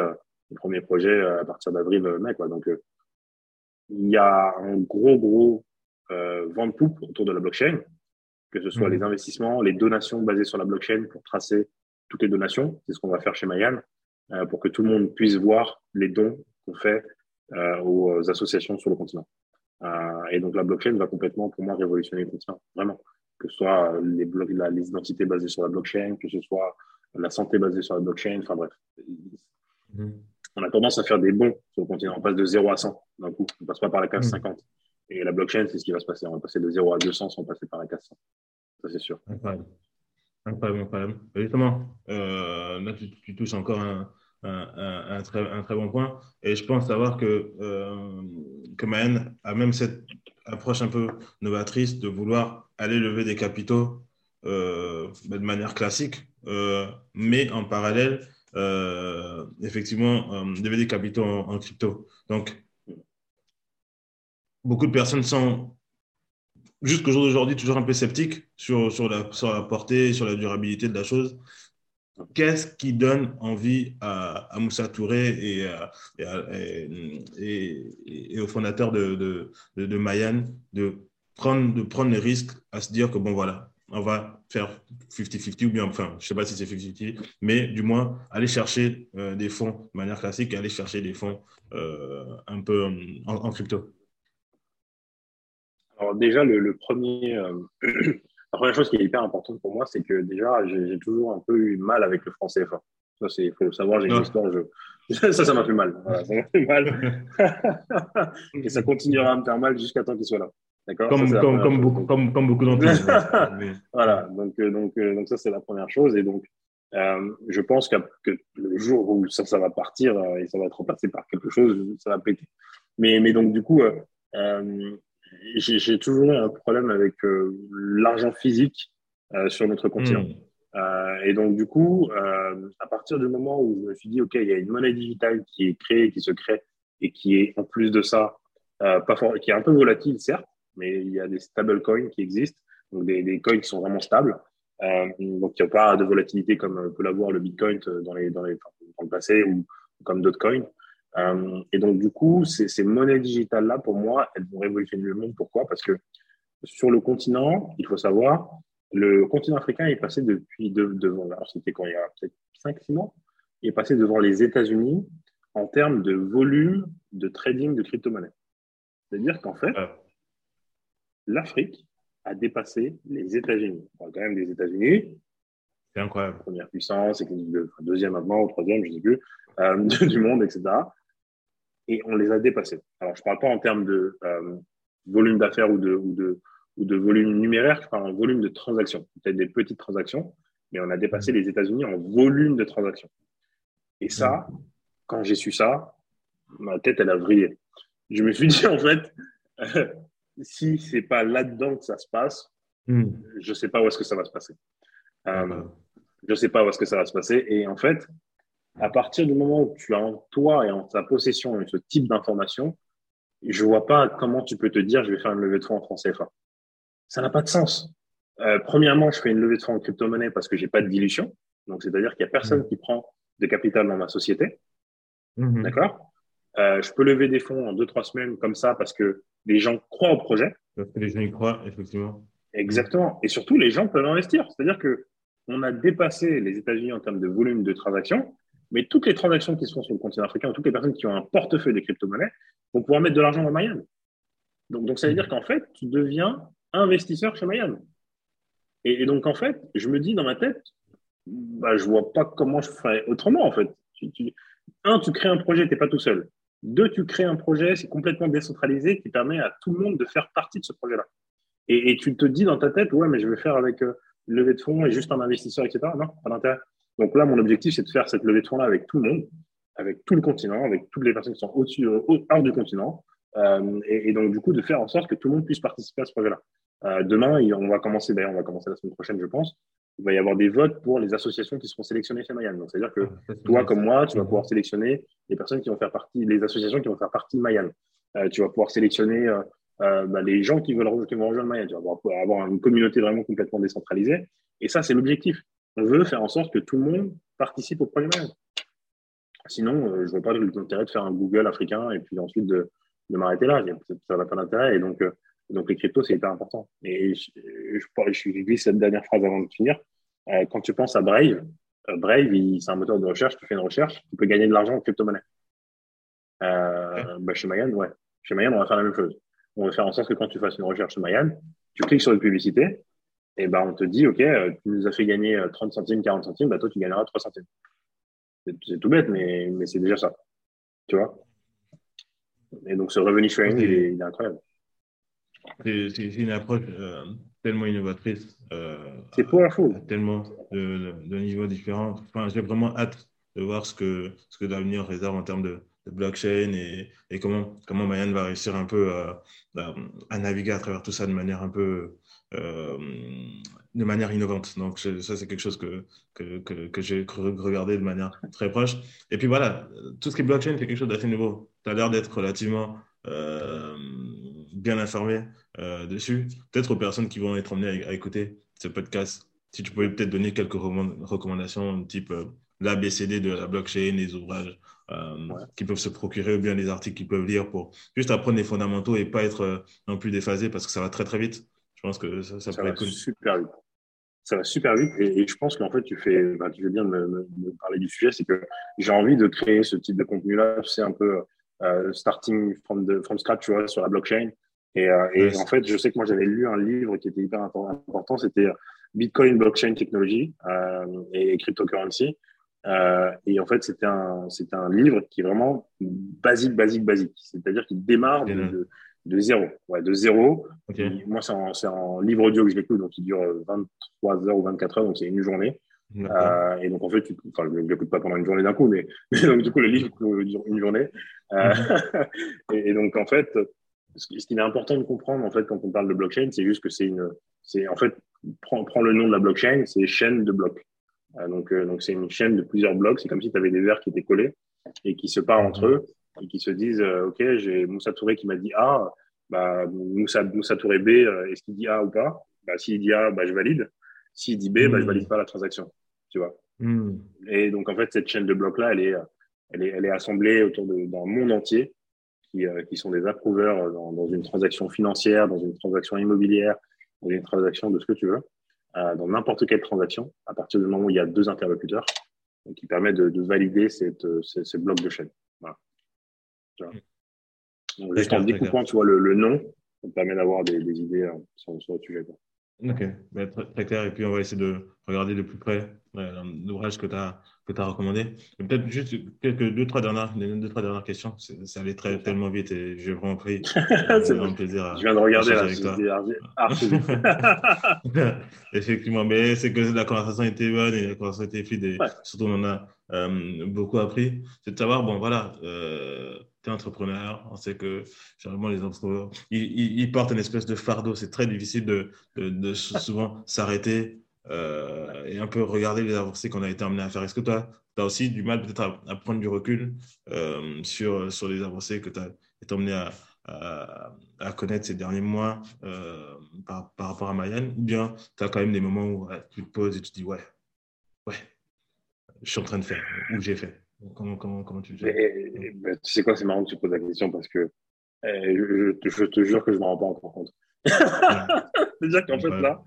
à partir d'avril-mai, quoi. Donc, il y a un gros vent de poupe autour de la blockchain, que ce soit les investissements, les donations basées sur la blockchain pour tracer toutes les donations. C'est ce qu'on va faire chez Mayan, pour que tout le monde puisse voir les dons qu'on fait aux associations sur le continent. Et donc, la blockchain va complètement, pour moi, révolutionner le continent, vraiment. Que ce soit les identités basées sur la blockchain, que ce soit la santé basée sur la blockchain, enfin bref. On a tendance à faire des bons sur le continent. On passe de 0 à 100 d'un coup. On ne passe pas par la case 50. Et la blockchain, c'est ce qui va se passer. On va passer de 0 à 200 sans passer par la case 100. Ça, c'est sûr. Incroyable. Et justement, là, tu touches encore un très bon point. Et je pense savoir que Mayan a même cette approche un peu novatrice de vouloir aller lever des capitaux de manière classique, mais en parallèle, effectivement, lever des capitaux en crypto. Donc, beaucoup de personnes sont, jusqu'au jour d'aujourd'hui, toujours un peu sceptiques sur la portée, sur la durabilité de la chose. Qu'est-ce qui donne envie à Moussa Touré et aux fondateurs de Mayan de prendre le risque à se dire que bon voilà, on va faire 50-50 ou bien, enfin, je ne sais pas si c'est 50-50, mais du moins aller chercher des fonds de manière classique et aller chercher des fonds un peu en crypto. Alors déjà, le premier, la première chose qui est hyper importante pour moi, c'est que déjà, j'ai toujours un peu eu mal avec le franc CFA. Ça, il faut le savoir, j'ai une histoire. Ça m'a fait mal. Voilà, ça m'a fait mal. Et ça continuera à me faire mal jusqu'à temps qu'il soit là. D'accord. Comme beaucoup d'entre nous. Voilà. Donc ça, c'est la première chose. Et donc, je pense que le jour où ça va partir et ça va être remplacé par quelque chose, ça va péter. Mais donc, du coup, j'ai toujours eu un problème avec l'argent physique sur notre continent. Et donc, du coup, à partir du moment où je me suis dit, OK, il y a une monnaie digitale qui est créée, qui se crée, et qui est, en plus de ça, qui est un peu volatile, certes, mais il y a des stable coins qui existent, donc des coins qui sont vraiment stables. Donc, il n'y a pas de volatilité comme peut l'avoir le Bitcoin dans le passé ou comme d'autres coins. Et donc, du coup, ces monnaies digitales-là, pour moi, elles vont révolutionner le monde. Pourquoi? Parce que sur le continent, il faut savoir, le continent africain est passé devant, alors c'était quand il y a peut-être 5-6 mois, il est passé devant les États-Unis en termes de volume de trading de crypto-monnaies. C'est-à-dire qu'en fait, l'Afrique a dépassé les États-Unis. On parle quand même des États-Unis. C'est incroyable. Première puissance, deuxième maintenant, ou troisième, je ne sais plus, du monde, etc. Et on les a dépassés. Alors, je ne parle pas en termes de volume d'affaires ou de volume numéraire, je parle en volume de transactions. Peut-être des petites transactions, mais on a dépassé les États-Unis en volume de transactions. Et ça, quand j'ai su ça, ma tête, elle a vrillé. Je me suis dit, en fait, si ce n'est pas là-dedans que ça se passe, je ne sais pas où est-ce que ça va se passer. Je ne sais pas où est-ce que ça va se passer. Et en fait, à partir du moment où tu as en toi et en ta possession ce type d'information, je ne vois pas comment tu peux te dire je vais faire une levée de fonds en franc CFA. Ça n'a pas de sens. Premièrement, je fais une levée de fonds en crypto-monnaie parce que je n'ai pas de dilution. Donc, c'est-à-dire qu'il n'y a personne qui prend de capital dans ma société. D'accord? Je peux lever des fonds en 2-3 semaines comme ça parce que les gens croient au projet. Parce que les gens y croient, effectivement. Exactement. Et surtout, les gens peuvent investir. C'est-à-dire qu'on a dépassé les États-Unis en termes de volume de transactions, mais toutes les transactions qui se font sur le continent africain, toutes les personnes qui ont un portefeuille de crypto-monnaies vont pouvoir mettre de l'argent dans Mayan. Donc, ça veut dire qu'en fait, tu deviens investisseur chez Mayan. Et donc, en fait, je me dis dans ma tête, bah, je vois pas comment je ferais autrement, en fait. Tu crées un projet, tu n'es pas tout seul. Deux, tu crées un projet, c'est complètement décentralisé, qui permet à tout le monde de faire partie de ce projet-là. Et tu te dis dans ta tête, ouais, mais je vais faire avec une levée de fonds et juste un investisseur, etc. Non, pas d'intérêt. Donc là, mon objectif, c'est de faire cette levée de fonds-là avec tout le monde, avec tout le continent, avec toutes les personnes qui sont au-dessus, hors du continent. Et donc, du coup, de faire en sorte que tout le monde puisse participer à ce projet-là. Demain, on va commencer la semaine prochaine, je pense. Il va y avoir des votes pour les associations qui seront sélectionnées chez Mayan. Donc, c'est-à-dire que toi, comme moi, tu vas pouvoir sélectionner les personnes qui vont faire partie, les associations qui vont faire partie de Mayan. Tu vas pouvoir sélectionner les gens qui vont rejoindre Mayan. Tu vas pouvoir avoir une communauté vraiment complètement décentralisée. Et ça, c'est l'objectif. On veut faire en sorte que tout le monde participe au projet Mayan. Sinon, je ne vois pas l'intérêt de faire un Google africain et puis ensuite de m'arrêter là. Ça n'a pas d'intérêt. Et donc, les cryptos, c'est hyper important. Et je glisse cette dernière phrase avant de finir. Quand tu penses à Brave, Brave, c'est un moteur de recherche. Tu fais une recherche, tu peux gagner de l'argent en crypto-monnaie. Chez Mayan, ouais. Chez Mayan, on va faire la même chose. On va faire en sorte que quand tu fasses une recherche sur Mayan, tu cliques sur une publicité, et on te dit, OK, tu nous as fait gagner 30 centimes, 40 centimes, toi, tu gagneras 3 centimes. C'est tout bête, mais c'est déjà ça. Tu vois? Et donc, ce revenu sharing, il est incroyable. C'est une approche tellement innovatrice. C'est powerful. Tellement de niveaux différents. Enfin, j'ai vraiment hâte de voir ce que l'avenir réserve en termes de blockchain et comment Mayan va réussir un peu à naviguer à travers tout ça de manière un peu de manière innovante. Donc, ça, c'est quelque chose que j'ai regardé de manière très proche. Et puis voilà, tout ce qui est blockchain, c'est quelque chose d'assez nouveau. Tu as l'air d'être relativement bien informé dessus. Peut-être aux personnes qui vont être emmenées à écouter ce podcast, si tu pouvais peut-être donner quelques recommandations, type l'ABCD de la blockchain, les ouvrages qu'ils peuvent se procurer ou bien les articles qu'ils peuvent lire pour juste apprendre les fondamentaux et pas être non plus déphasé parce que ça va très très vite. Je pense que ça pourrait être cool. Super vite. Ça va super vite et je pense qu'en fait, tu fais bien de me parler du sujet, c'est que j'ai envie de créer ce type de contenu-là, c'est un peu starting from scratch, tu vois, sur la blockchain. Et en fait, je sais que moi, j'avais lu un livre qui était hyper important, c'était Bitcoin Blockchain Technology et Cryptocurrency. Et en fait, c'était un livre qui est vraiment basique. C'est-à-dire qu'il démarre de zéro. Ouais, de zéro. Okay. Moi, c'est en livre audio que je l'écoute, donc il dure 23 heures ou 24 heures, donc c'est une journée. Et donc, en fait, je ne l'écoute pas pendant une journée d'un coup, mais donc, du coup, le livre dure une journée. Et donc, en fait, ce qui est important de comprendre, en fait, quand on parle de blockchain, c'est juste que en fait, prends le nom de la blockchain, c'est chaîne de blocs. Donc, c'est une chaîne de plusieurs blocs. C'est comme si tu avais des verres qui étaient collés et qui se parlent entre eux et qui se disent OK, j'ai Moussa Touré qui m'a dit A, Moussa Touré B, est-ce qu'il dit A ou pas? S'il dit A, je valide. S'il dit B, je valide pas la transaction. Tu vois. Et donc, en fait, cette chaîne de blocs-là, elle est assemblée autour d'un monde entier qui sont des approuveurs dans une transaction financière, dans une transaction immobilière, dans une transaction de ce que tu veux. Dans n'importe quelle transaction, à partir du moment où il y a deux interlocuteurs, qui permet de valider ces blocs de chaîne. Voilà. Donc, juste en découpant, tu vois, le nom, ça te permet d'avoir des idées sur le sujet. Quoi. Ok, très, très clair. Et puis, on va essayer de regarder de plus près l'ouvrage que tu as recommandé. Peut-être juste deux, trois dernières questions. Ça allait tellement vite et j'ai vraiment pris vraiment plaisir. Je viens de regarder là. Effectivement, mais c'est que la conversation était bonne et la conversation était fluide et surtout on en a beaucoup appris. C'est de savoir, bon voilà, tu es entrepreneur, on sait que généralement les entrepreneurs, ils portent une espèce de fardeau. C'est très difficile de souvent s'arrêter et un peu regarder les avancées qu'on a été amené à faire. Est-ce que tu as aussi du mal peut-être à prendre du recul sur les avancées que tu as été amené à connaître ces derniers mois par rapport à Mayan, ou bien tu as quand même des moments où tu te poses et tu te dis ouais, je suis en train de faire, ou j'ai fait. Comment tu le gères? Tu sais quoi, c'est marrant que tu poses la question parce que je te jure que je ne m'en rends pas encore compte. C'est-à-dire qu'en fait, là,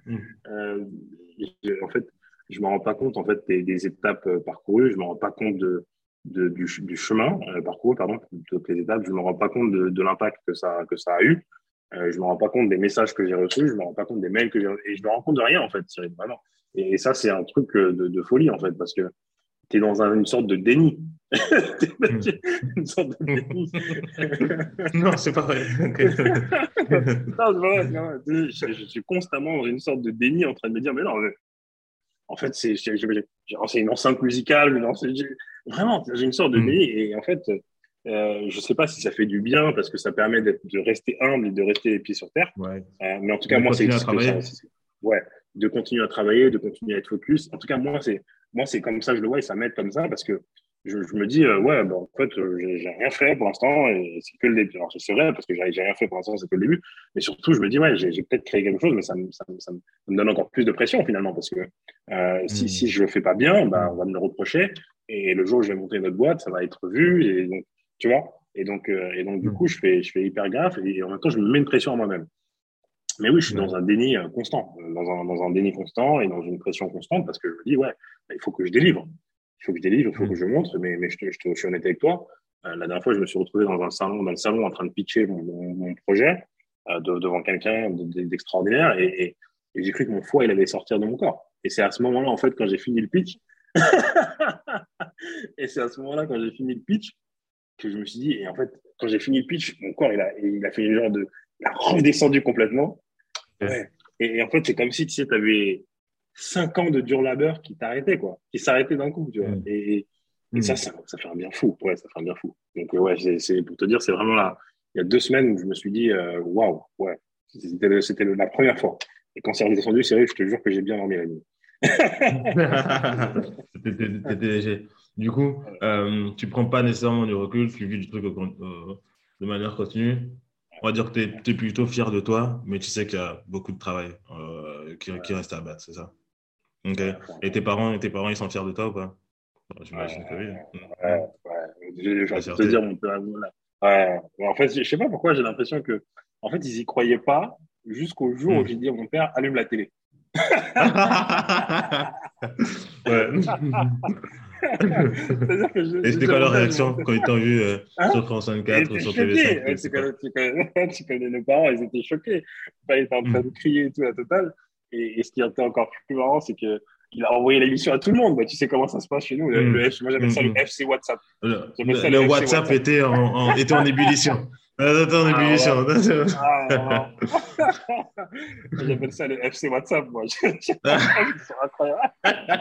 je ne me rends pas compte en fait, des étapes parcourues, je ne me rends pas compte du chemin parcouru, pardon, toutes les étapes, je ne me rends pas compte de l'impact que ça a eu. Je me rends pas compte des messages que j'ai reçus, je me rends pas compte des mails que j'ai reçus, et je me rends compte de rien, en fait, Cyril, vraiment. Et ça, c'est un truc de folie, en fait, parce que tu es dans une sorte de déni. Une sorte de déni. Non, c'est pas vrai. Non, c'est pas vrai, c'est pas vrai. Je suis constamment dans une sorte de déni en train de me dire, mais non, en fait, c'est une enceinte musicale, vraiment, j'ai une sorte de déni. Et en fait, je sais pas si ça fait du bien parce que ça permet de rester humble et de rester les pieds sur terre. Ouais. Mais en tout cas, De moi, continuer à travailler. ouais, de continuer à travailler, de continuer à être focus. En tout cas, moi, c'est comme ça que je le vois et ça m'aide comme ça parce que je me dis, ouais, ben, en fait, j'ai rien fait pour l'instant et c'est que le début. Alors, c'est vrai parce que j'ai rien fait pour l'instant, c'est que le début. Mais surtout, je me dis, ouais, j'ai peut-être créé quelque chose, mais ça me donne encore plus de pression finalement parce que si je le fais pas bien, ben, on va me le reprocher. Et le jour où je vais monter notre boîte, ça va être vu. Et donc, tu vois, et donc du coup, je fais hyper gaffe et en même temps, je me mets une pression à moi-même. Mais oui, je suis dans un déni constant, dans un déni constant et dans une pression constante parce que je me dis, ouais, bah, il faut que je délivre. Il faut que je délivre, il faut que je montre, mais je suis honnête avec toi. La dernière fois, je me suis retrouvé dans le salon, en train de pitcher mon projet devant quelqu'un d'extraordinaire et j'ai cru que mon foie, il allait sortir de mon corps. Et c'est à ce moment-là, en fait, quand j'ai fini le pitch, et c'est à ce moment-là, quand j'ai fini le pitch, que je me suis dit, et en fait, quand j'ai fini le pitch, mon corps, il a fait une genre il a redescendu complètement. Ouais. Et en fait, c'est comme si tu sais, avais 5 ans de dur labeur qui t'arrêtaient, quoi. Qui s'arrêtaient d'un coup, tu vois. Et ça fait un bien fou. Ouais, ça fait un bien fou. Donc, ouais, c'est pour te dire, c'est vraiment là. Il y a 2 semaines où je me suis dit, waouh, ouais. C'était la première fois. Et quand c'est redescendu, c'est vrai, je te jure que j'ai bien dormi la nuit. T'étais léger. Du coup, tu prends pas nécessairement du recul, tu vis du truc de manière continue. On va dire que tu es plutôt fier de toi, mais tu sais qu'il y a beaucoup de travail qui reste à battre, c'est ça? Ok. Et tes parents, ils sont fiers de toi ou pas? J'imagine que oui. Ouais. La J'ai envie de te fierté. dire, mon père, voilà. Ouais. Mais en fait, je sais pas pourquoi, j'ai l'impression que, en fait, ils y croyaient pas jusqu'au jour où j'ai dit à mon père, allume la télé. Ouais. C'est-à-dire que Et j'ai c'était quoi leur monté à réaction quand ils t'ont vu Hein? sur France Ils 24 ou étaient sur TV5? choqués. Ouais, tu connais nos parents, ils étaient choqués. Enfin, ils étaient en train de crier et tout, la totale. Et ce qui était encore plus marrant, c'est que il a envoyé l'émission à tout le monde. Bah, tu sais comment ça se passe chez nous. Moi, j'appelle ça le FC WhatsApp. J'appelle ça Le le FC WhatsApp WhatsApp. était en ébullition. Était en Ah, ébullition. ouais. Ah, j'appelle ça le FC WhatsApp, moi. Ils sont incroyables.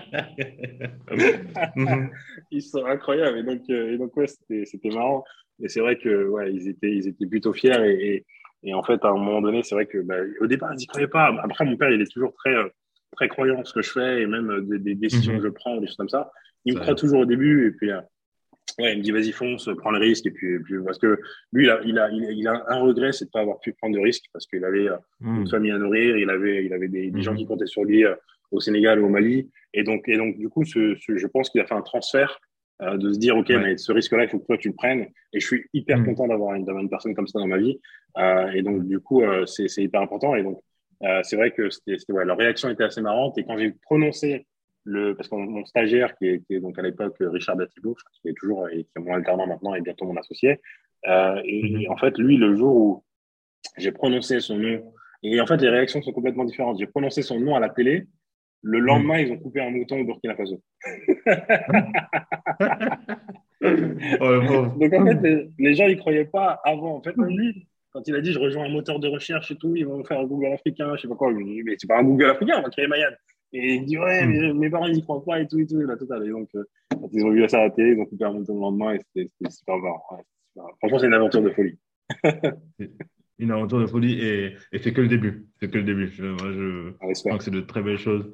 Ils sont incroyables. Et donc ouais, c'était marrant. Et c'est vrai que ouais, ils étaient plutôt fiers. Et en fait, à un moment donné, c'est vrai que bah, au départ, ils n'y croyaient pas. Après, mon père, il est toujours très croyant dans ce que je fais et même des décisions que je prends, des choses comme ça. Il me Ça croit aide. toujours au début. Et puis, ouais, il me dit, vas-y, fonce, prends le risque. Et puis, parce que lui, il a un regret, c'est de ne pas avoir pu prendre de risque parce qu'il avait une famille à nourrir, il avait des gens qui comptaient sur lui au Sénégal ou au Mali. Et donc du coup, je pense qu'il a fait un transfert de se dire, OK, Ouais. mais ce risque-là, il faut que toi, tu le prennes. Et je suis hyper content d'avoir une personne comme ça dans ma vie. Et donc, du coup, c'est hyper important. Et donc, c'est vrai que ouais, leur réaction était assez marrante. Et quand j'ai prononcé parce que mon stagiaire, qui était donc à l'époque Richard Datibo, qui est toujours, et qui est mon alternant maintenant et bientôt mon associé, et en fait, lui, le jour où j'ai prononcé son nom, et en fait, les réactions sont complètement différentes. J'ai prononcé son nom à la télé, le lendemain, ils ont coupé un mouton au Burkina Faso. Oh, le pauvre. Donc, en fait, les gens, ils croyaient pas avant. En fait, même lui, quand il a dit, je rejoins un moteur de recherche et tout, ils vont faire un Google africain, je sais pas quoi. Je lui ai dit, mais c'est pas un Google africain, on va créer Mayan. Et il dit, ouais, mais mes parents, ils y croient pas et tout, la totale. Et donc, quand ils ont vu ça à la télé, ils ont coupé un mouton le lendemain et c'était super marrant. Ouais, c'était super marrant. Franchement, c'est une aventure de folie. Une aventure de folie et c'est que le début. C'est que le début. Moi, je On pense espère. que c'est de très belles choses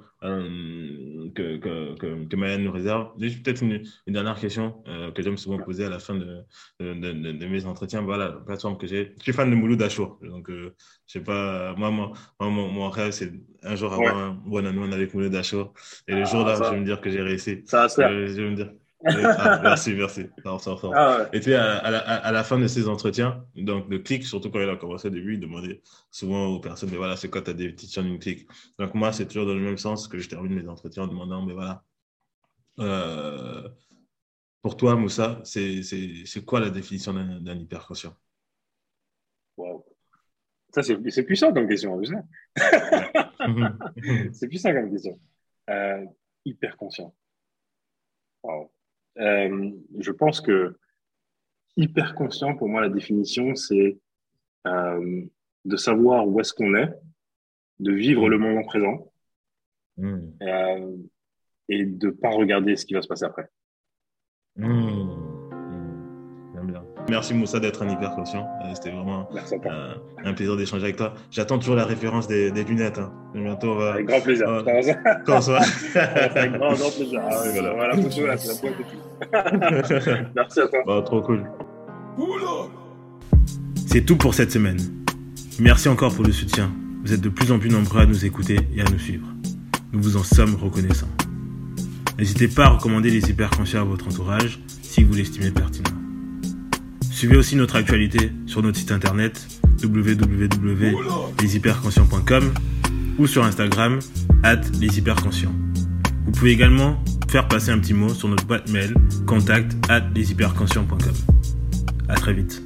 que Maëlle nous réserve. J'ai peut-être une dernière question que j'aime souvent poser à la fin de mes entretiens. Voilà, la plateforme que j'ai. Je suis fan de Mouloud Achour. Donc, je sais pas, mon rêve, c'est un jour Ouais. avoir un one-on-one avec Mouloud Achour. Et le Ah, jour-là, je vais ça, me dire que j'ai réussi. ça va se faire. Je vais me dire. Ah, merci, merci. Ça. Ah, ouais. Et tu sais, à la fin de ces entretiens, donc le clic, surtout quand il a commencé au début, il demandait souvent aux personnes, mais voilà, c'est quoi ta définition d'une clic? Donc moi, c'est toujours dans le même sens que je termine mes entretiens en demandant, mais voilà, euh, pour toi, Moussa, c'est quoi la définition d'un hyperconscient? Wow. Ça, c'est puissant comme question, vous savez. C'est puissant comme question. Hyper conscient. Wow. Je pense que hyper conscient, pour moi, la définition, c'est de savoir où est-ce qu'on est, de vivre le moment présent et de ne pas regarder ce qui va se passer après. J'aime bien. Merci Moussa d'être un hyper conscient. C'était vraiment un plaisir d'échanger avec toi. J'attends toujours la référence des lunettes. Hein. Bientôt, on va... Avec grand plaisir. Quand ça avec grand plaisir. Ah, oui, voilà. Voilà, la photo, là, c'est la pointe et tout. Merci à toi. Bah, trop cool. C'est tout pour cette semaine. Merci encore pour le soutien. Vous êtes de plus en plus nombreux à nous écouter et à nous suivre. Nous vous en sommes reconnaissants. N'hésitez pas à recommander les hyperconscients à votre entourage si vous l'estimez pertinent. Suivez aussi notre actualité sur notre site internet www.leshyperconscients.com ou sur Instagram @leshyperconscients. Vous pouvez également faire passer un petit mot sur notre boîte mail contact@leshyperconscients.com. À très vite.